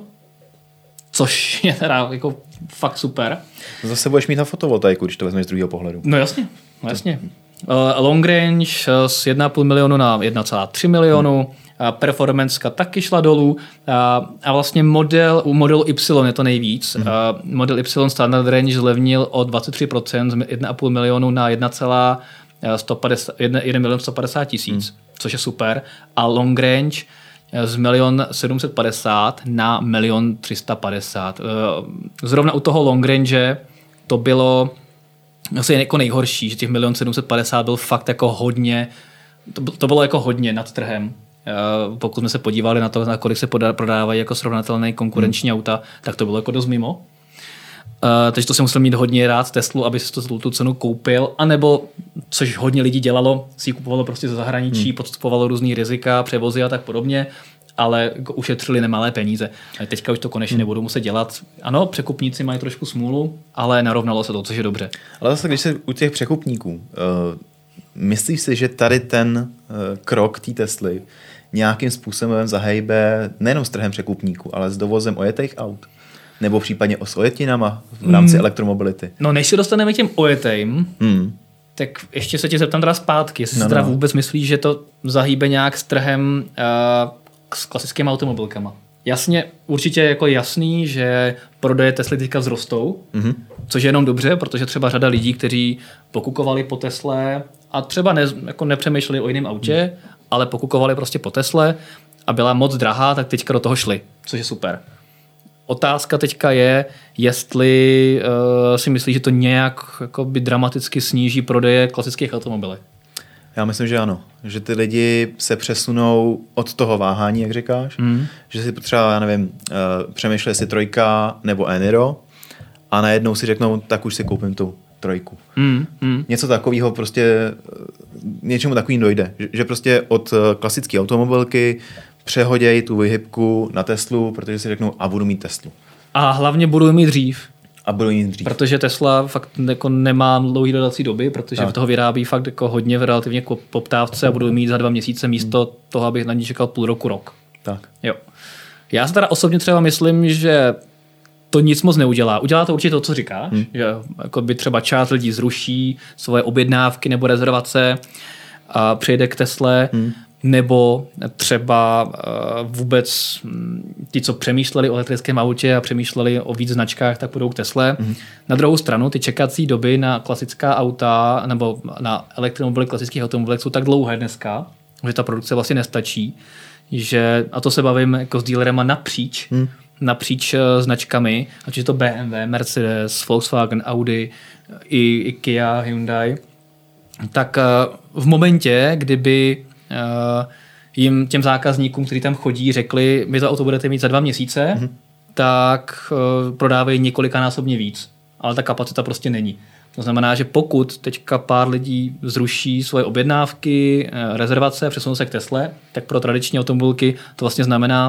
což je teda jako fakt super. Zase budeš mít na fotovoltaiku, když to vezmeš z druhého pohledu. No jasně. Long range z 1,5 milionu na 1,3 milionu, performanceka taky šla dolů a vlastně u modelu Y je to nejvíc. Model Y standard range zlevnil o 23% z 1,5 milionu na 1 150 000, což je super. A long range z 1 750 000 na 1 350 000. Zrovna u toho long range to bylo asi jako nejhorší, že těch 1 750 000 byl fakt jako hodně, to bylo jako hodně nad trhem. Pokud jsme se podívali na to, na kolik se prodávají jako srovnatelné konkurenční auta, tak to bylo jako dost mimo. Takže to jsem musel mít hodně rád Teslu, aby si tu cenu koupil, anebo, což hodně lidí dělalo, si ji kupovalo prostě ze zahraničí, podstupovalo různý rizika, převozy a tak podobně, ale jako ušetřili nemalé peníze. A teďka už to konečně nebudou muset dělat. Ano, překupníci mají trošku smůlu, ale narovnalo se to, což je dobře. Ale zase, když se u těch překupníků, myslíš si, že tady ten krok té Tesly nějakým způsobem zahejbe nejenom s trhem překupníků, ale s dovozem ojetých aut? Nebo případně s ojetinama v rámci elektromobility? No, než se dostaneme k těm ojetým, tak ještě se tě zeptám teda zpátky, jestli si teda vůbec myslíš, že to zahýbe nějak s trhem s klasickými automobilkama. Jasně, určitě jako jasný, že prodeje Tesly teďka vzrostou, což je jenom dobře, protože třeba řada lidí, kteří pokukovali po Tesle a třeba jako nepřemýšleli o jiném autě, ale pokukovali prostě po Tesle a byla moc drahá, tak teďka do toho šli, což je super. Otázka teďka je, jestli si myslíš, že to nějak by dramaticky sníží prodeje klasických automobilů. Já myslím, že ano. Že ty lidi se přesunou od toho váhání, jak říkáš, že si třeba, já nevím, přemýšleli si trojka nebo Eniro a najednou si řeknou, tak už si koupím tu trojku. Něco takového prostě, něčemu takovým dojde. Že prostě od klasické automobilky přehodějí tu vyhybku na Teslu, protože si řeknou, a budu mít Teslu. A hlavně budu mít dřív. Protože Tesla fakt jako nemá dlouhý dodací doby, protože v toho vyrábí fakt jako hodně v relativně poptávce a budu mít za 2 měsíce místo toho, abych na ní čekal půl roku, rok. Tak. Jo. Já si teda osobně třeba myslím, že to nic moc neudělá. Udělá to určitě to, co říkáš, že jako by třeba část lidí zruší svoje objednávky nebo rezervace a přejde k Tesle, nebo třeba vůbec ti, co přemýšleli o elektrickém autě a přemýšleli o víc značkách, tak půjdou k Tesle. Na druhou stranu, ty čekací doby na klasická auta nebo na elektromobily klasických automobilů jsou tak dlouhé dneska, že ta produkce vlastně nestačí, že, a to se bavím jako s dealerema napříč značkami, ať je to BMW, Mercedes, Volkswagen, Audi, i Kia, Hyundai, tak v momentě, kdyby jim těm zákazníkům, kteří tam chodí, řekli, vy to auto budete mít za 2 měsíce, tak prodávají několikanásobně víc. Ale ta kapacita prostě není. To znamená, že pokud teďka pár lidí zruší svoje objednávky, rezervace, přesunou se k Tesle, tak pro tradiční automobilky to vlastně znamená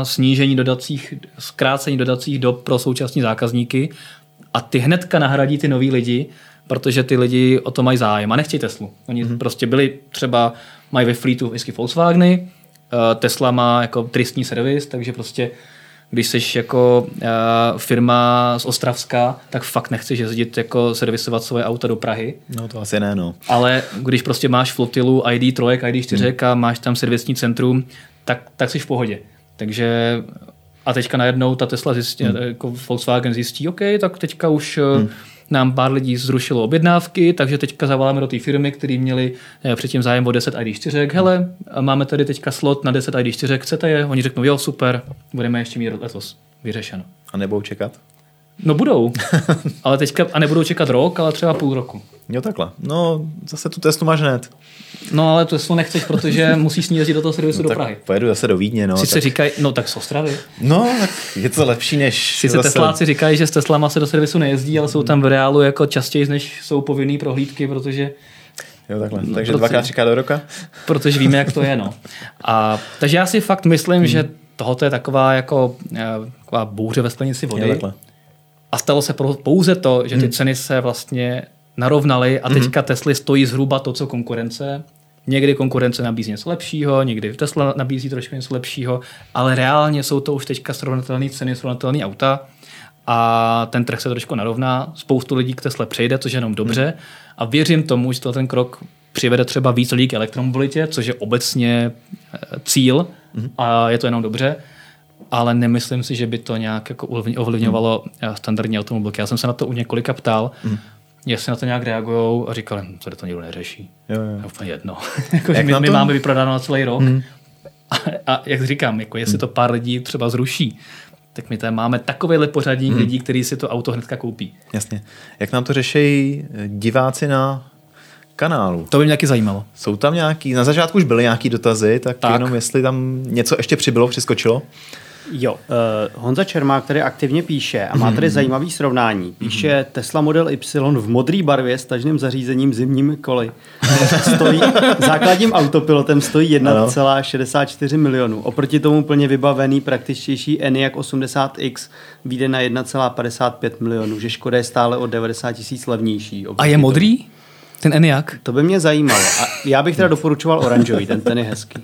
zkrácení dodacích dob pro současní zákazníky a ty hnedka nahradí ty nový lidi, protože ty lidi o to mají zájem a nechtějí Teslu. Oni prostě mají ve fleetu vždycky Volkswageny, Tesla má jako tristní servis, takže prostě když jsi jako firma z Ostravska, tak fakt nechceš jezdit jako servisovat svoje auta do Prahy. No to asi ne, no. Ale když prostě máš flotilu ID3, ID4 a máš tam servisní centrum, tak jsi v pohodě. Takže a teďka najednou ta Tesla jako Volkswagen zjistí, OK, tak teďka už nám pár lidí zrušilo objednávky, takže teďka zavoláme do té firmy, který měli předtím zájem o 10 ID4. Hele, máme tady teďka slot na 10 ID4, chcete je? Oni řeknou, jo, super, budeme ještě mít letos vyřešeno. A nebudou čekat? No budou, ale teďka, a nebudou čekat rok, ale třeba půl roku. Jo, takhle. No, zase tu Teslu máš hned. No, ale Teslu nechceš, protože musíš s ní jezdit do toho servisu do Prahy. Pojedu zase do Vídně, no. Sice říkají, no tak z Ostravy. No, tak je to lepší než... Sice Tesláci říkají, že s Teslama se do servisu nejezdí, ale jsou tam v reálu jako častěji, než jsou povinný prohlídky, protože... Jo, takhle. Takže 2x3 do roka? Protože víme, jak to je, no. Takže já si fakt myslím, že tohoto je taková bouře ve sklenici vody. Jo, a stalo se pouze to, že ty ceny se vlastně narovnaly a teďka Tesly stojí zhruba to, co konkurence. Někdy konkurence nabízí něco lepšího, někdy Tesla nabízí trošku něco lepšího, ale reálně jsou to už teďka srovnatelné ceny, srovnatelné auta a ten trh se trošku narovná. Spoustu lidí k Tesle přejde, což je jenom dobře a věřím tomu, že ten krok přivede třeba víc lidí k elektromobilitě, což je obecně cíl a je to jenom dobře. Ale nemyslím si, že by to nějak jako ovlivňovalo standardní automobilky. Já jsem se na to u několika ptal, jestli na to nějak reagujou a říkali, co to nikdo neřeší. Jo. Úplně jedno. Jako, my máme vyprodáno na celý rok a jak říkám, jako jestli to pár lidí třeba zruší, tak my tam máme takovýhle pořadník lidí, kteří si to auto hnedka koupí. Jasně. Jak nám to řeší diváci na kanálu? To by mě taky zajímalo. Jsou tam nějaký, na začátku už byly nějaký dotazy, tak jenom jestli tam něco ještě přibylo, přiskočilo. Jo, Honza Čermák tady aktivně píše a má tady zajímavý srovnání. Píše Tesla Model Y v modré barvě s tažným zařízením zimními koly. Základním autopilotem stojí 1,64 milionů. Oproti tomu plně vybavený praktičtější Enyaq 80X vyjde na 1,55 milionů, že Škoda je stále o 90 000 levnější. A je modrý? Ten Enyaq? To by mě zajímalo. A já bych teda doporučoval oranžový, ten je hezký.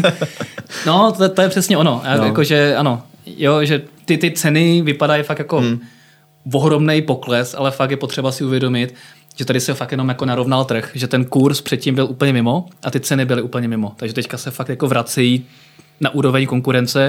No, to je přesně ono. Jakože ano, jo, že ty ceny vypadají fakt jako ohromnej pokles, ale fakt je potřeba si uvědomit, že tady se fakt jenom jako narovnal trh, že ten kurz předtím byl úplně mimo a ty ceny byly úplně mimo. Takže teďka se fakt jako vracejí na úroveň konkurence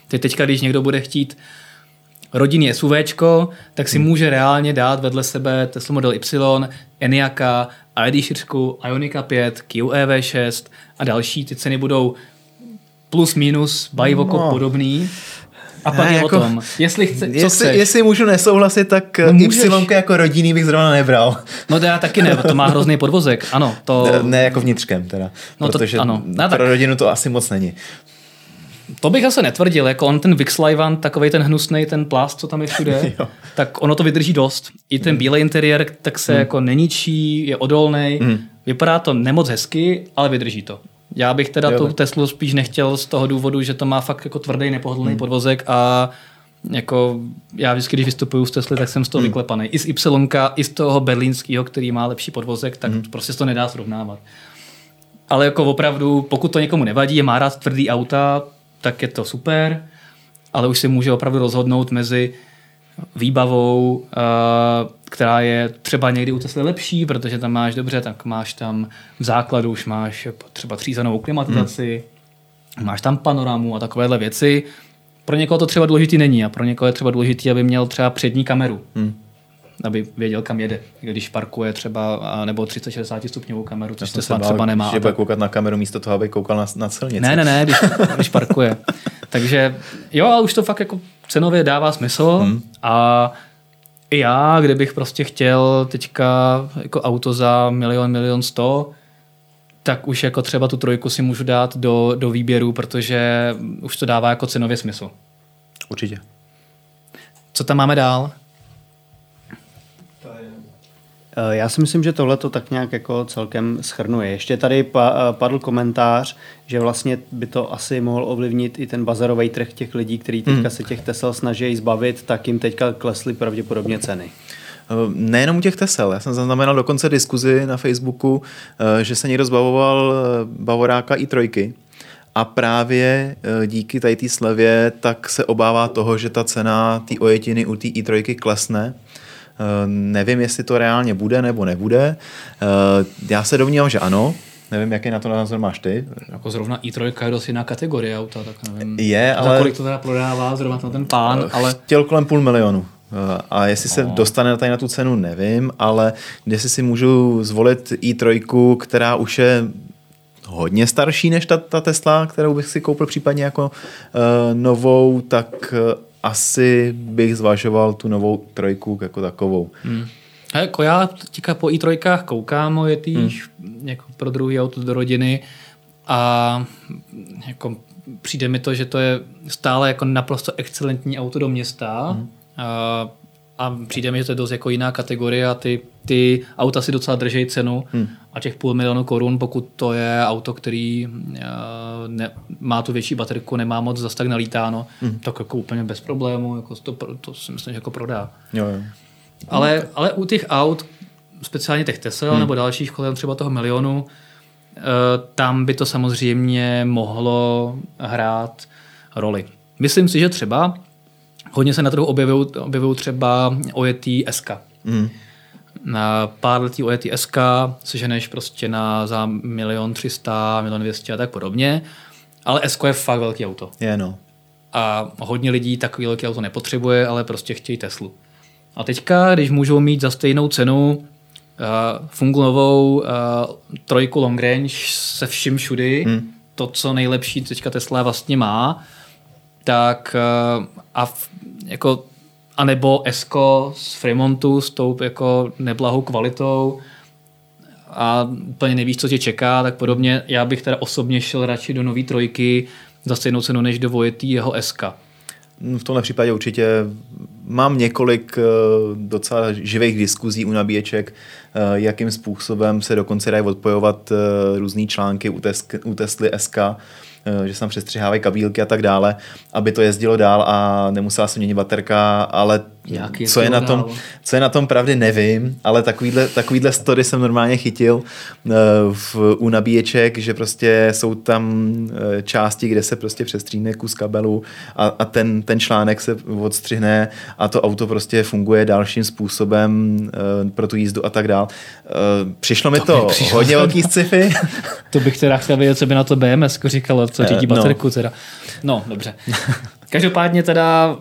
Teďka, když někdo bude chtít rodinný SUVčko, tak si může reálně dát vedle sebe Tesla Model Y, Enyaqa, ID4, Ioniqa 5, Kia EV6 a další. Ty ceny budou plus minus bajvoko podobný. A pak je jako, o tom, jestli můžu nesouhlasit, tak Y jako rodinný bych zrovna nebral. No to já taky ne, to má hrozný podvozek, ano. To... Ne jako vnitřkem teda, no protože to, ano. Pro rodinu to asi moc není. To bych asi netvrdil, jako on ten Vixlivant, takovej ten hnusnej, ten plást, co tam je všude, tak ono to vydrží dost. I ten bílej interiér, tak se jako neničí, je odolnej, vypadá to nemoc hezky, ale vydrží to. Já bych teda tu Teslu spíš nechtěl z toho důvodu, že to má fakt jako tvrdý, nepohodlný podvozek a jako já vždycky, když vystupuju z Tesly, tak jsem z toho vyklepaný. I z Y, i z toho berlínského, který má lepší podvozek, tak prostě se to nedá srovnávat. Ale jako opravdu, pokud to někomu nevadí, má rád tvrdý auta, tak je to super, ale už si může opravdu rozhodnout mezi výbavou, která je třeba někdy u Tesly lepší, protože tam máš dobře, tak máš tam v základu už máš třeba třízanovou klimatizaci, máš tam panoramu a takovéhle věci. Pro někoho to třeba důležitý není a pro někoho je třeba důležitý, aby měl třeba přední kameru, aby věděl, kam jede, když parkuje třeba, nebo 360 stupňovou kameru, což Tesla třeba nemá. Že bude koukat na kameru místo toho, aby koukal na silnici. Ne, když parkuje. Takže jo, ale už to fakt jako cenově dává smysl a i já, kdybych prostě chtěl teďka jako auto za 1 100 000, tak už jako třeba tu 3 si můžu dát do výběru, protože už to dává jako cenově smysl. Určitě. Co tam máme dál? Já si myslím, že tohle to tak nějak jako celkem shrnuje. Ještě tady padl komentář, že vlastně by to asi mohl ovlivnit i ten bazarový trh těch lidí, kteří teďka se těch Tesel snaží zbavit, tak jim teďka klesly pravděpodobně ceny. Nejenom u těch Tesel. Já jsem zaznamenal dokonce diskuzi na Facebooku, že se někdo zbavoval bavoráka i3 a právě díky tady té slevě tak se obává toho, že ta cena té ojetiny u té i3 klesne. Nevím, jestli to reálně bude nebo nebude. Já se domnívám, že ano. Nevím, jaký na to názor máš ty. Jako zrovna i3 je dost jiná kategorie auta, tak nevím. Je, ale... kolik to teda prodává zrovna ten pán, ale... Chtěl kolem 500 000. A jestli se dostane tady na tu cenu, nevím, ale jestli si můžu zvolit i3, která už je hodně starší než ta Tesla, kterou bych si koupil případně jako novou, tak asi bych zvažoval tu novou 3 jako takovou. A jako já teďka po i3 koukám o jetýž jako pro druhý auto do rodiny a jako přijde mi to, že to je stále jako naprosto excelentní auto do města a přijde mi, že to je dost jako jiná kategorie a ty auta si docela držejí cenu a těch 500 000 korun, pokud to je auto, který má tu větší baterku, nemá moc zas tak nalítáno, tak jako úplně bez problému, jako to si myslím, že jako prodá. Jo. Ale u těch aut, speciálně těch Tesla nebo dalších kolem třeba toho 1 000 000, tam by to samozřejmě mohlo hrát roli. Myslím si, že třeba hodně se na trhu objevují třeba ojetý SK. Na pár letý ojetý SK seženeš prostě za 1 300 000, 1 200 000 a tak podobně, ale SK je fakt velký auto. Je, no. A hodně lidí takový velký auto nepotřebuje, ale prostě chtějí Teslu. A teďka, když můžou mít za stejnou cenu fungovou 3 long range se vším všudy, to, co nejlepší teďka Tesla vlastně má, tak a nebo S-ko z Fremontu s tou jako neblahou kvalitou a úplně nevíš, co tě čeká, tak podobně. Já bych teda osobně šel radši do nový 3 za stejnou cenu, než do ojetýho S-ka. V tomhle případě určitě mám několik docela živých diskuzí u nabíječek, jakým způsobem se dokonce dají odpojovat různý články u Tesly SK, že se tam přestřihávají kabílky a tak dále, aby to jezdilo dál a nemusela se měnit baterka, ale co je na tom pravdy, nevím, ale takovýhle story jsem normálně chytil u nabíječek, že prostě jsou tam části, kde se prostě přestříhne kus kabelu a ten článek se odstřihne a to auto prostě funguje dalším způsobem pro tu jízdu a tak dál. Přišlo mi to hodně velký sci-fi. To bych teda chtěl vědět, co by na to BMS říkalo, co řídí baterku teda. No, dobře. Každopádně teda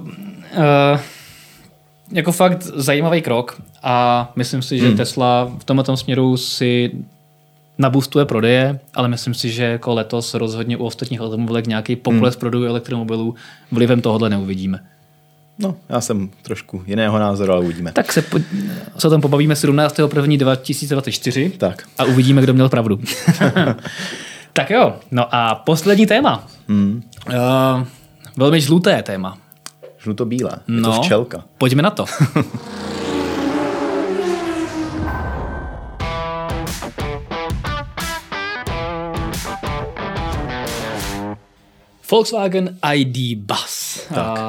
jako fakt zajímavý krok a myslím si, že Tesla v tomto směru si nabustuje prodeje, ale myslím si, že jako letos rozhodně u ostatních automobilek nějaký pokles prodejů elektromobilů vlivem tohohle neuvidíme. No, já jsem trošku jiného názoru, ale uvidíme. Tak se o tom pobavíme 17.1.2024 tak. A uvidíme, kdo měl pravdu. Tak jo, no a poslední téma. Velmi žluté téma. Žluto-bílé, je to včelka. Pojďme na to. Volkswagen ID Bus.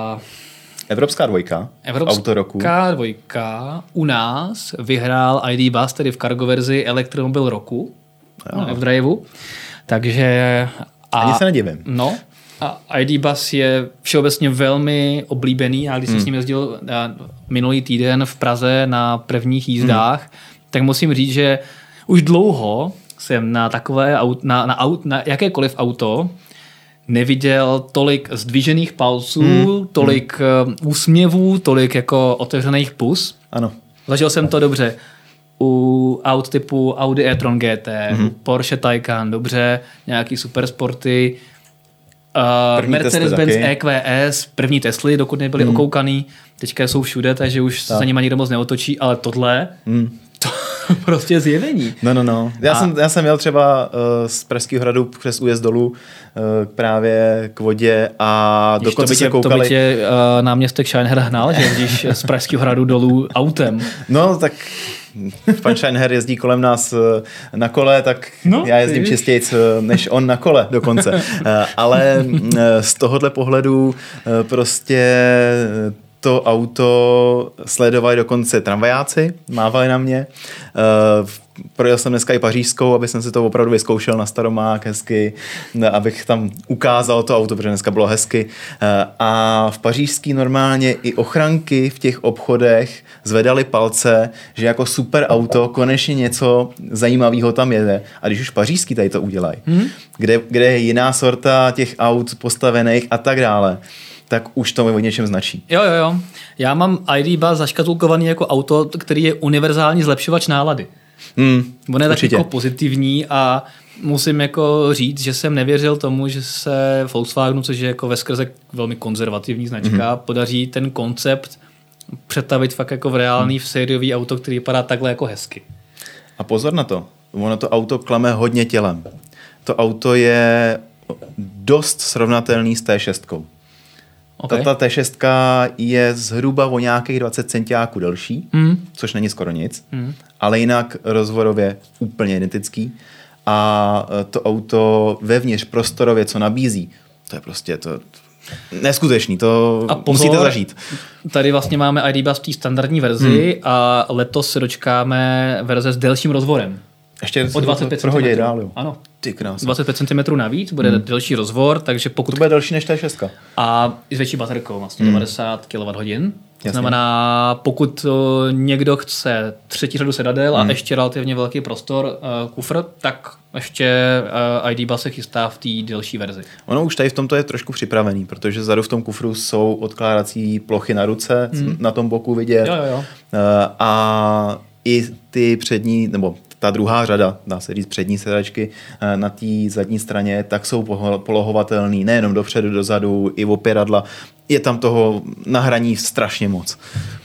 Evropská dvojka. Auto roku. Evropská dvojka u nás vyhrál ID Bus, tedy v cargo verzi elektromobil roku na F-Driveu. Takže... Ani se nedivím. No, a ID Bus je všeobecně velmi oblíbený. Já když jsem s ním jezdil minulý týden v Praze na prvních jízdách, tak musím říct, že už dlouho jsem na takové na jakékoliv auto neviděl tolik zdvižených palců, tolik úsměvů, tolik jako otevřených pus. Ano. Zažil jsem to dobře u aut typu Audi e-tron GT, Porsche Taycan, dobře, nějaký supersporty, Mercedes-Benz EQS, první Tesly, dokud nebyly okoukaný, teďka jsou všude, takže už se za nima nikdo moc neotočí, ale tohle, to prostě zjevení. No. Já jsem jel třeba z Pražského hradu přes újezd dolů právě k vodě a dokonce se koukali... To by tě náměstek Scheinher hnal, že jezdíš z Pražského hradu dolů autem. No, tak pan Scheinher jezdí kolem nás na kole, tak já jezdím čistějc než on na kole dokonce. Ale z tohohle pohledu prostě to auto sledovali dokonce tramvajáci, mávali na mě. Projel jsem dneska i pařížskou, aby jsem si to opravdu vyzkoušel na staromák hezky, abych tam ukázal to auto, protože dneska bylo hezky. A v pařížský normálně i ochranky v těch obchodech zvedali palce, že jako super auto konečně něco zajímavého tam jede. A když už pařížský tady to udělají, kde je jiná sorta těch aut postavených a tak dále, tak už to mi o něčem značí. Jo. Já mám ID Bus zaškatulkovaný jako auto, který je univerzální zlepšovač nálady. On je tak jako pozitivní a musím jako říct, že jsem nevěřil tomu, že se Volkswagenu, což je jako veskrze velmi konzervativní značka, podaří ten koncept přetavit fakt jako v reálný v sériový auto, který vypadá takhle jako hezky. A pozor na to, ono to auto klame hodně tělem. To auto je dost srovnatelný s T6. Okay. Ta T6 je zhruba o nějakých 20 centiáků delší, což není skoro nic, ale jinak rozvorově úplně identický. A to auto vevnitř prostorově, co nabízí, to je prostě to neskutečný, to musíte zažít. Tady vlastně máme ID Bus v té standardní verzi a letos se dočkáme verze s delším rozvorem. Ještě o 25 cm. Ano. Ty krásný. 25 cm navíc, bude delší rozvor, takže pokud... To bude delší než T6. A i s větší baterkou, vlastně 90 kWh. To znamená, pokud někdo chce třetí řadu sedadel a ještě relativně velký prostor, kufr, tak ještě ID Bus se chystá v té delší verzi. Ono už tady v tomto je trošku připravený, protože vzadu v tom kufru jsou odkládací plochy na ruce, na tom boku vidět. Jo. A i ty přední, nebo ta druhá řada, dá se říct přední sedačky na té zadní straně, tak jsou polohovatelný nejenom dopředu, dozadu, i opěradla. Je tam toho na hraní strašně moc.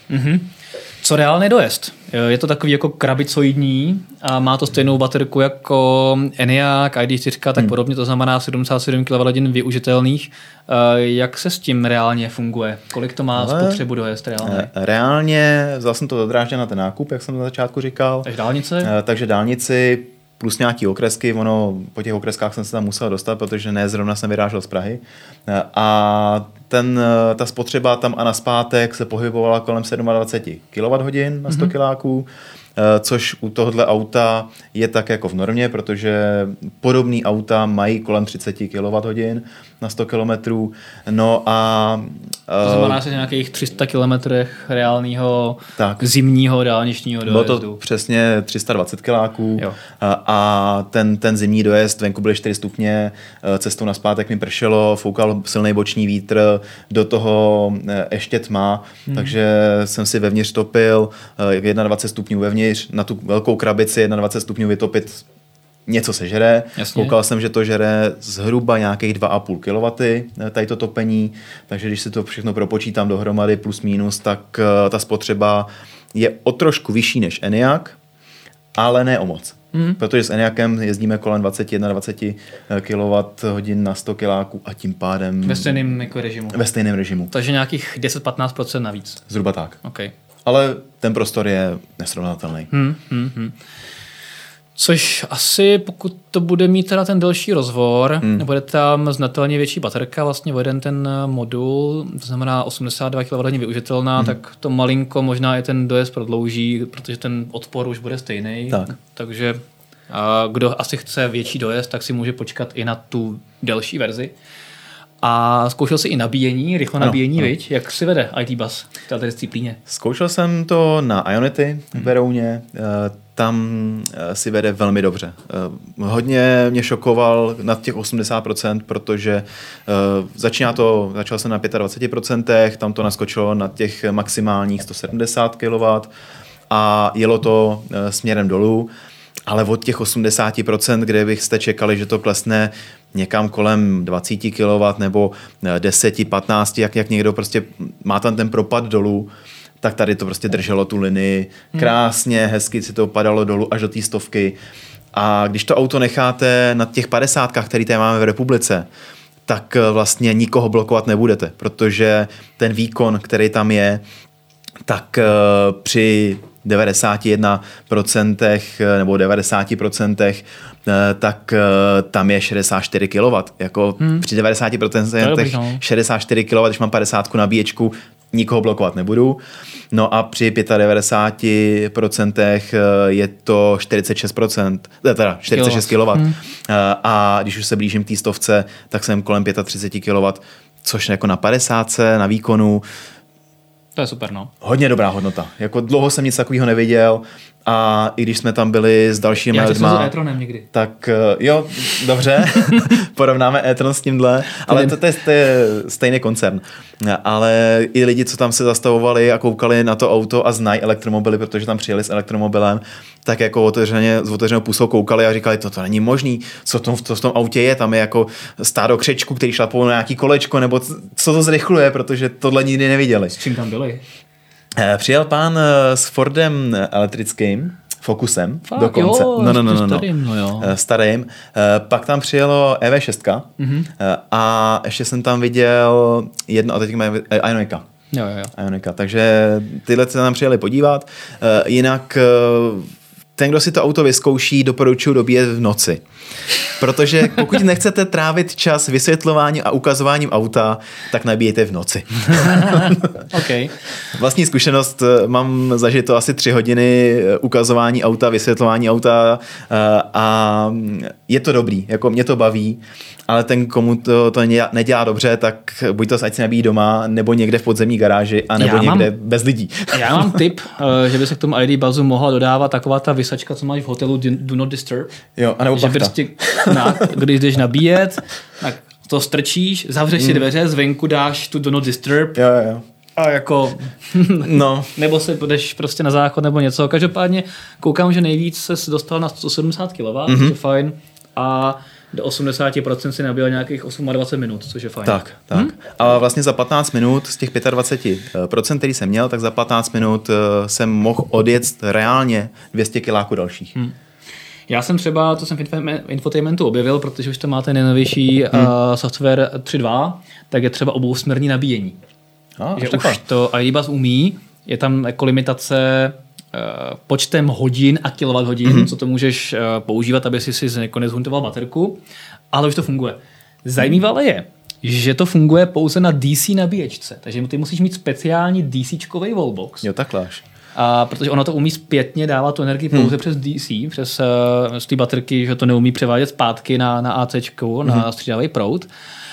Co reálný dojezd? Je to takový jako krabicoidní a má to stejnou baterku jako Enyaq, ID4, tak podobně, to znamená 77 kWh využitelných. Jak se s tím reálně funguje? Kolik to má spotřebu dojezd reálně? Reálně, vzal jsem to do drážďa na ten nákup, jak jsem na začátku říkal. Takže dálnici plus nějaký okresky, po těch okreskách jsem se tam musel dostat, protože ne zrovna jsem vyrážel z Prahy. A ta spotřeba tam a naspátek se pohybovala kolem 27 kWh na 100 kiláků, což u tohohle auta je tak jako v normě, protože podobný auta mají kolem 30 kWh na 100 km. No a... To znamená, že nějakých 300 km reálného zimního dálničního dojezdu. Bylo to přesně 320 kiláků a ten zimní dojezd, venku byly 4 stupně, cestou naspátek mi pršelo, foukal silný boční vítr, do toho ještě tma, takže jsem si vevnitř topil 21 stupňů vevnitř, na tu velkou krabici 21 stupňů vytopit něco se žere. Jasně. Koukal jsem, že to žere zhruba nějakých 2,5 kW, tady to topení, takže když si to všechno propočítám dohromady plus minus, tak ta spotřeba je o trošku vyšší než Enyaq, ale ne o moc. Protože s Enyaqem jezdíme kolem 21-20 kWh na 100 kiláků a tím pádem... Ve stejném jako režimu. Ve stejném režimu. Takže nějakých 10-15% navíc. Zhruba tak. Okay. Ale ten prostor je nesrovnatelný. Což asi, pokud to bude mít teda ten delší rozvor, bude tam znatelně větší baterka, vlastně jeden ten modul, to znamená 82 kWh využitelná, tak to malinko možná i ten dojezd prodlouží, protože ten odpor už bude stejný. Takže kdo asi chce větší dojezd, tak si může počkat i na tu delší verzi. A zkoušel jsi i nabíjení, rychle nabíjení, viď? Jak si vede IT Bus v této disciplíně? Zkoušel jsem to na Ionity v Berouně, tam si vede velmi dobře. Hodně mě šokoval nad těch 80%, protože začal jsem na 25%, tam to naskočilo na těch maximálních 170 kW a jelo to směrem dolů, ale od těch 80%, kde byste čekali, že to klesne někam kolem 20 kW nebo 10, 15, jak někdo prostě má tam ten propad dolů, tak tady to prostě drželo tu linii. Krásně, hezky si to padalo dolů až do té 100. A když to auto necháte na těch 50, který tady máme v republice, tak vlastně nikoho blokovat nebudete, protože ten výkon, který tam je, tak při 91% nebo 90%, tak tam je 64 kW. Jako při 90% 64 kW, když mám 50 nabíječku, nikoho blokovat nebudu. No a při 95% je to 46%, teda 46 kW. A když už se blížím k té 100, tak jsem kolem 35 kW, což jako na 50 na výkonu. To je super, no. Hodně dobrá hodnota. Jako dlouho jsem nic takového neviděl a i když jsme tam byli s dalšími lidma... Já tě s e-tronem někdy. Tak jo, dobře, porovnáme e-tron s tímhle, ale to je stejný koncern. Ale i lidi, co tam se zastavovali a koukali na to auto a znají elektromobily, protože tam přijeli s elektromobilem, tak jako z otevřenou pusou koukali a říkali, to není možný, co v tom autě je, tam je jako stádo křečku, který šlapou na nějaký kolečko, nebo co to zrychluje, protože tohle nikdy neviděli. S čím tam byli? Přijel pán s Fordem elektrickým, Focusem dokonce. Starým. Pak tam přijelo EV6 a ještě jsem tam viděl jedno, a teď máme Ionika. Ionika. Takže tyhle se tam přijeli podívat. Jinak ten, kdo si to auto vyzkouší, doporučuji dobíjet v noci. Protože pokud nechcete trávit čas vysvětlováním a ukazováním auta, tak nabíjejte v noci. Okay. Vlastní zkušenost, mám zažito asi 3 hodiny ukazování auta, vysvětlování auta a je to dobrý, jako mě to baví, ale ten, komu to nedělá dobře, tak buď to ať si nabíjí doma, nebo někde v podzemní garáži, anebo někde bez lidí. Já mám tip, že by se k tomu ID Buzzu mohla dodávat taková ta vysačka, co máš v hotelu Do Not Disturb. Jo, anebo že prostě, když jdeš nabíjet, tak to strčíš, zavřeš si dveře, zvenku dáš tu Do Not Disturb. Jo. A jako, nebo se jdeš prostě na záchod nebo něco. Každopádně koukám, že nejvíc se dostal na 170 kW, což je fajn, a do 80% si nabíjel nějakých 28 minut, což je fajn. Tak. A vlastně za 15 minut z těch 25%, který jsem měl, tak za 15 minut jsem mohl odjet reálně 200 kiláků dalších. Já jsem třeba, to jsem v infotainmentu objevil, protože už to máte nejnovější software 3.2, tak je třeba obousměrný nabíjení. Že už to ID Buzz umí, je tam jako limitace počtem hodin a kilowatthodin, co to můžeš používat, aby si nezhuntoval baterku, ale už to funguje. Zajímavé ale je, že to funguje pouze na DC nabíječce. Takže ty musíš mít speciální DC-čkovej wallbox. Jo, takhle až. A protože ono to umí zpětně dávat tu energii pouze přes DC, přes z té baterky, že to neumí převádět zpátky na ACčku, na střídavý proud.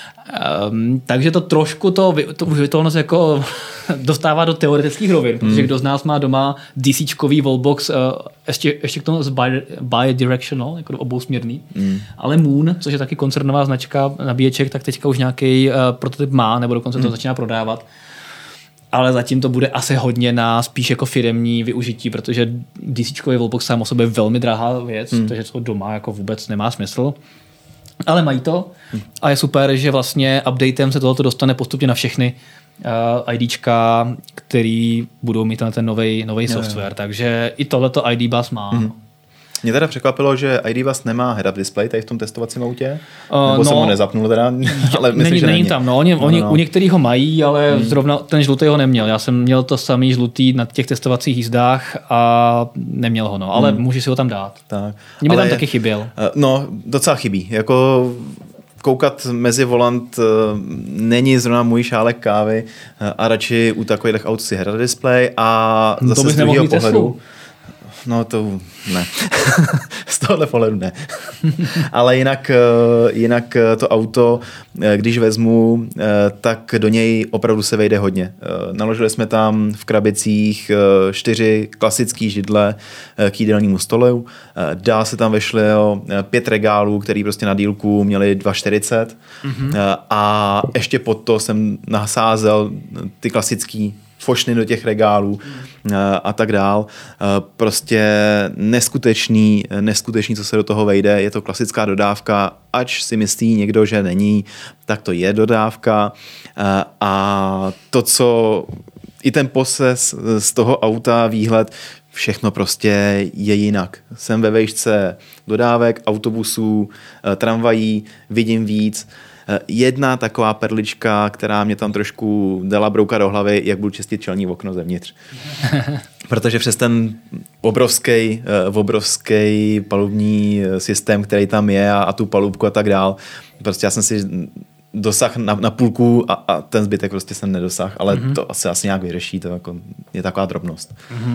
Takže to trošku tu uživitelnost jako dostává do teoretických rovin, protože kdo z nás má doma DC-čkový wallbox, ještě k tomu bidirectional, jako obousměrný, ale Moon, což je taky koncernová značka nabíječek, tak teďka už nějaký prototyp má, nebo dokonce to začíná prodávat. Ale zatím to bude asi hodně na spíš jako firemní využití, protože DC-čkový wallbox sám o sobě je velmi drahá věc, takže to doma jako vůbec nemá smysl. Ale mají to a je super, že vlastně updatem se tohoto dostane postupně na všechny IDčka, který budou mít na ten nový software. Takže i tohleto ID Bus má. Mě teda překvapilo, že ID Bus nemá head-up display tady v tom testovacím autě. Nebo jsem ho nezapnul teda, ale myslím, že není tam. No. U některých ho mají, ale zrovna ten žlutý ho neměl. Já jsem měl to samý žlutý na těch testovacích jízdách a neměl ho, no. Ale můžeš si ho tam dát. Tak. Mě tam taky chyběl. No, docela chybí. Jako koukat mezi volant není zrovna můj šálek kávy a radši u takových aut si head-up display a zase z druhého pohledu. No to ne. Z tohohle pohledu ne. Ale jinak to auto, když vezmu, tak do něj opravdu se vejde hodně. Naložili jsme tam v krabicích 4 klasické židle k jídelnímu stolu. Dál se tam vešly 5 regálů, který prostě na dílku měli 2,40. A ještě pod to jsem nasázel ty klasický fošny do těch regálů a tak dál. Prostě neskutečný, co se do toho vejde. Je to klasická dodávka, ač si myslí někdo, že není, tak to je dodávka. A to, co i ten poses z toho auta, výhled, všechno prostě je jinak. Jsem ve vejšce dodávek, autobusů, tramvají, vidím víc. Jedna taková perlička, která mě tam trošku dala brouka do hlavy, jak budu čistit čelní okno zevnitř. Protože přes ten obrovský palubní systém, který tam je a tu palubku a tak dál, prostě já jsem si dosah na půlku a ten zbytek prostě jsem nedosah, ale to asi nějak vyřeší, to jako je taková drobnost.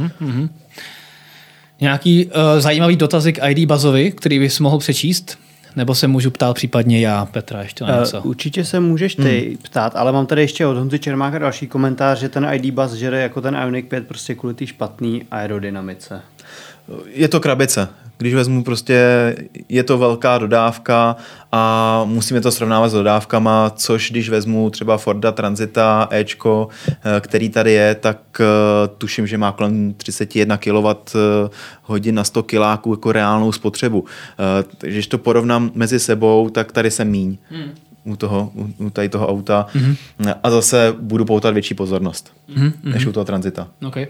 Nějaký zajímavý dotazy k ID Buzovi, který bys mohl přečíst? Nebo se můžu ptát případně já, Petra, ještě na něco? Určitě se můžeš ty ptát, ale mám tady ještě od Honzy Čermáka další komentář, že ten ID Bus žere jako ten Ioniq 5 prostě kvůli té špatný aerodynamice. Je to krabice. Když vezmu prostě, je to velká dodávka a musíme to srovnávat s dodávkama, což když vezmu třeba Forda Transita Ečko, který tady je, tak tuším, že má kolem 31 kWh na 100 kiláků jako reálnou spotřebu. Takže když to porovnám mezi sebou, tak tady jsem míň. U tady toho auta a zase budu poutat větší pozornost než u toho Transita. Okay.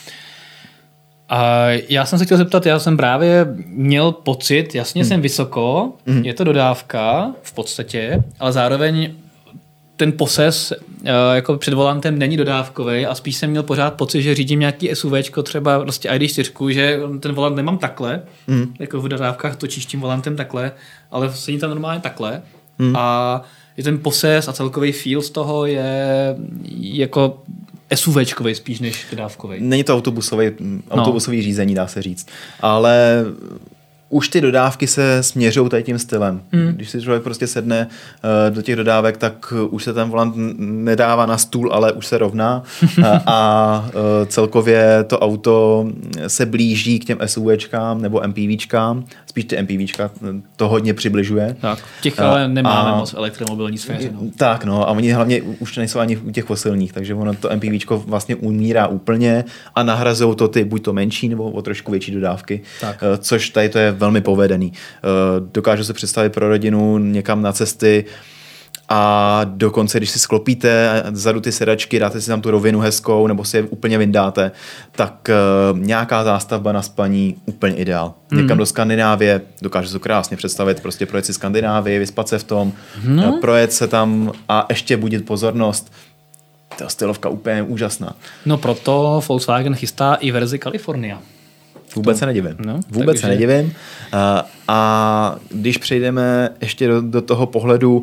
A já jsem se chtěl zeptat, já jsem právě měl pocit, jasně jsem vysoko, je to dodávka v podstatě, ale zároveň ten poses jako před volantem není dodávkový a spíš jsem měl pořád pocit, že řídím nějaký SUVčko, třeba prostě ID4, že ten volant nemám takhle, jako v dodávkách točíš tím volantem takhle, ale sedí tam normálně takhle a je ten poses a celkový feel z toho je jako SUVčkovej spíš než dodávkovej. Není to autobusový řízení, dá se říct. Ale už ty dodávky se směřují tady tím stylem. Když si člověk prostě sedne do těch dodávek, tak už se ten volant nedává na stůl, ale už se rovná a celkově to auto se blíží k těm SUVčkám nebo MPVčkám. Spíš ty MPVčka to hodně přibližuje. Tak, těch ale nemáme moc v elektromobilní sféře. No. Tak, no, a oni hlavně už nejsou ani u těch fosilních, takže ono to MPVčko vlastně umírá úplně a nahrazují to ty buď to menší nebo o trošku větší dodávky, což tady to je velmi povedený. Dokážu se představit pro rodinu někam na cesty a dokonce, když si sklopíte vzadu ty sedačky, dáte si tam tu rovinu hezkou nebo si je úplně vyndáte, tak nějaká zástavba na spaní úplně ideál. Někam do Skandinávie, dokážu se krásně představit, prostě projet si Skandinávii, vyspat se v tom, projet se tam a ještě budit pozornost. Ta stylovka úplně úžasná. No proto Volkswagen chystá i verzi California. Vůbec se nedivím. No, vůbec se nedivím. A když přejdeme ještě do toho pohledu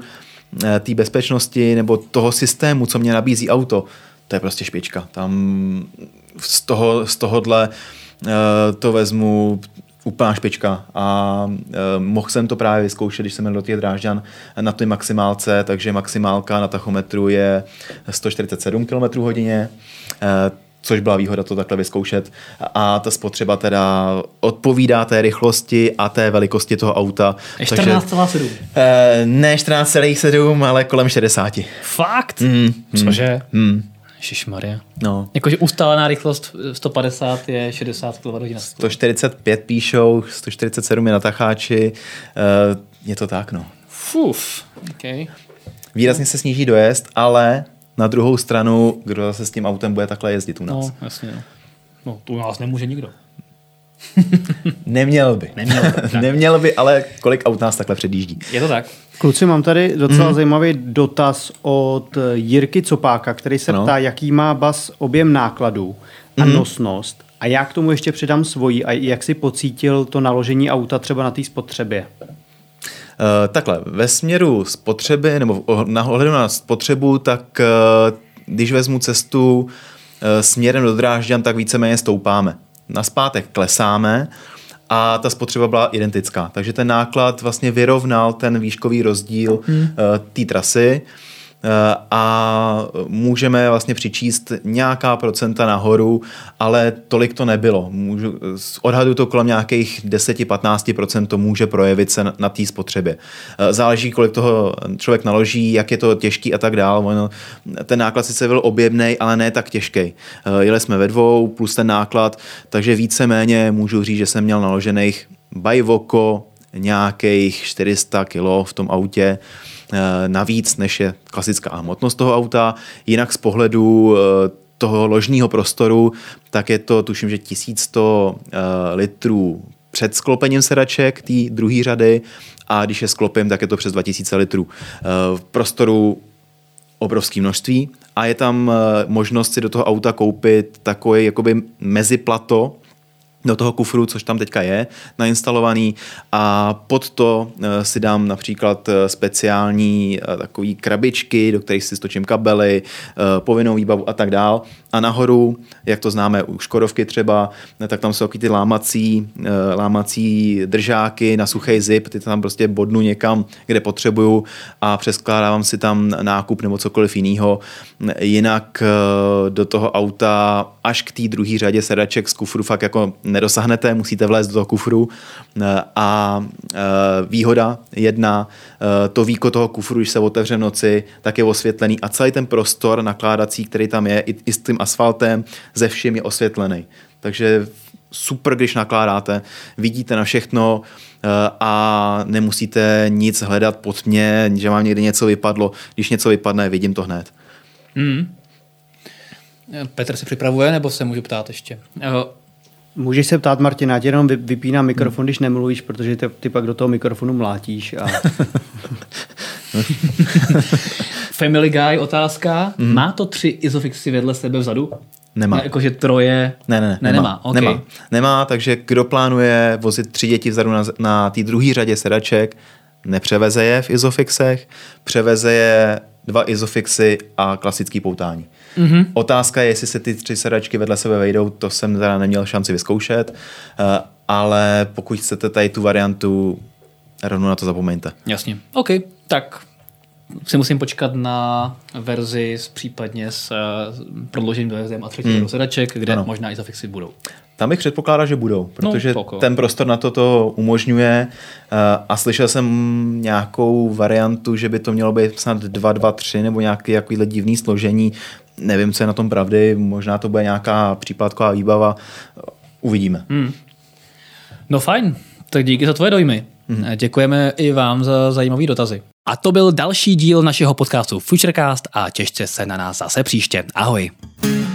té bezpečnosti nebo toho systému, co mě nabízí auto, to je prostě špička. Tam z tohohle to vezmu úplná špička a mohl jsem to právě vyzkoušet, když jsem jel do těch Drážďan na té maximálce, takže maximálka na tachometru je 147 km/h, což byla výhoda to takhle vyzkoušet a ta spotřeba teda odpovídá té rychlosti a té velikosti toho auta. 14,7. Ne 14,7, ale kolem 60. Fakt? Cože? Šišmarja. No. Jakože ustálená rychlost 150 je 60 km/h. 145 píšou, 147 je na tacháči, je to tak, no. Fuf, okay. Výrazně se sníží dojezd, ale na druhou stranu, kdo zase s tím autem bude takhle jezdit u nás? No, jasně. No, tu u nás nemůže nikdo. Neměl by. Neměl by, ale kolik aut nás takhle předjíždí. Je to tak. Kluci, mám tady docela zajímavý dotaz od Jirky Copáka, který se ptá, jaký má BAS objem nákladů a nosnost a já k tomu ještě přidám svoji a jak si pocítil to naložení auta třeba na té spotřebě. Takhle, ve směru spotřeby nebo na ohledu na spotřebu, tak když vezmu cestu směrem do Drážďan, tak víceméně stoupáme. Nazpátek klesáme a ta spotřeba byla identická. Takže ten náklad vlastně vyrovnal ten výškový rozdíl té trasy a můžeme vlastně přičíst nějaká procenta nahoru, ale tolik to nebylo. Odhadu to kolem nějakých 10-15% to může projevit se na té spotřebě. Záleží, kolik toho člověk naloží, jak je to těžký a tak dál. Ten náklad sice byl objemnej, ale ne tak těžký. Jeli jsme ve dvou plus ten náklad, takže víceméně můžu říct, že jsem měl naložených bajvoko nějakých 400 kg v tom autě, navíc, než je klasická hmotnost toho auta. Jinak z pohledu toho ložního prostoru, tak je to, tuším, že 1100 litrů před sklopením sedaček té druhé řady a když je sklopím, tak je to přes 2000 litrů. V prostoru obrovské množství a je tam možnost si do toho auta koupit takový jakoby meziplato do toho kufru, což tam teďka je nainstalovaný a pod to si dám například speciální takový krabičky, do kterých si stočím kabely, povinnou výbavu a tak dál. A nahoru, jak to známe u Škodovky třeba, tak tam jsou takový ty lámací držáky na suchý zip, ty tam prostě bodnu někam, kde potřebuju a přeskládávám si tam nákup nebo cokoliv jiného. Jinak do toho auta až k té druhé řadě sedaček z kufru fakt jako nedosáhnete, musíte vlézt do toho kufru a výhoda jedna, to víko toho kufru, když se otevře v noci, tak je osvětlený a celý ten prostor nakládací, který tam je, i s tím asfaltem, ze vším je osvětlený. Takže super, když nakládáte, vidíte na všechno a nemusíte nic hledat pod mě, že vám někdy něco vypadlo. Když něco vypadne, vidím to hned. Petr se připravuje, nebo se můžu ptát ještě? Můžeš se ptát, Martina, já ti jenom vypínám mikrofon, když nemluvíš, protože ty pak do toho mikrofonu mlátíš. A... Family Guy otázka. Má to 3 Isofixy vedle sebe vzadu? Nemá. Jakože troje? Ne, nemá. Okay. Nemá, takže kdo plánuje vozit 3 děti vzadu na té druhé řadě sedaček, nepřeveze je v Isofixech, převeze je 2 Isofixy a klasický poutání. Otázka je, jestli se ty 3 sedačky vedle sebe vejdou, to jsem teda neměl šanci vyzkoušet, ale pokud chcete tady tu variantu, rovnou na to zapomeňte. Jasně, OK, tak si musím počkat na verzi případně s prodlouženým dojezdem a 3 sedaček, kde možná Isofixy budou. Tam bych předpokládal, že budou, protože ten prostor na to umožňuje a slyšel jsem nějakou variantu, že by to mělo být snad 2-2-3 nebo nějaké takovýhle divný složení. Nevím, co je na tom pravdy, možná to bude nějaká případková výbava. Uvidíme. No fajn, tak díky za tvoje dojmy. Děkujeme i vám za zajímavé dotazy. A to byl další díl našeho podcastu Futurecast a těšte se na nás zase příště. Ahoj.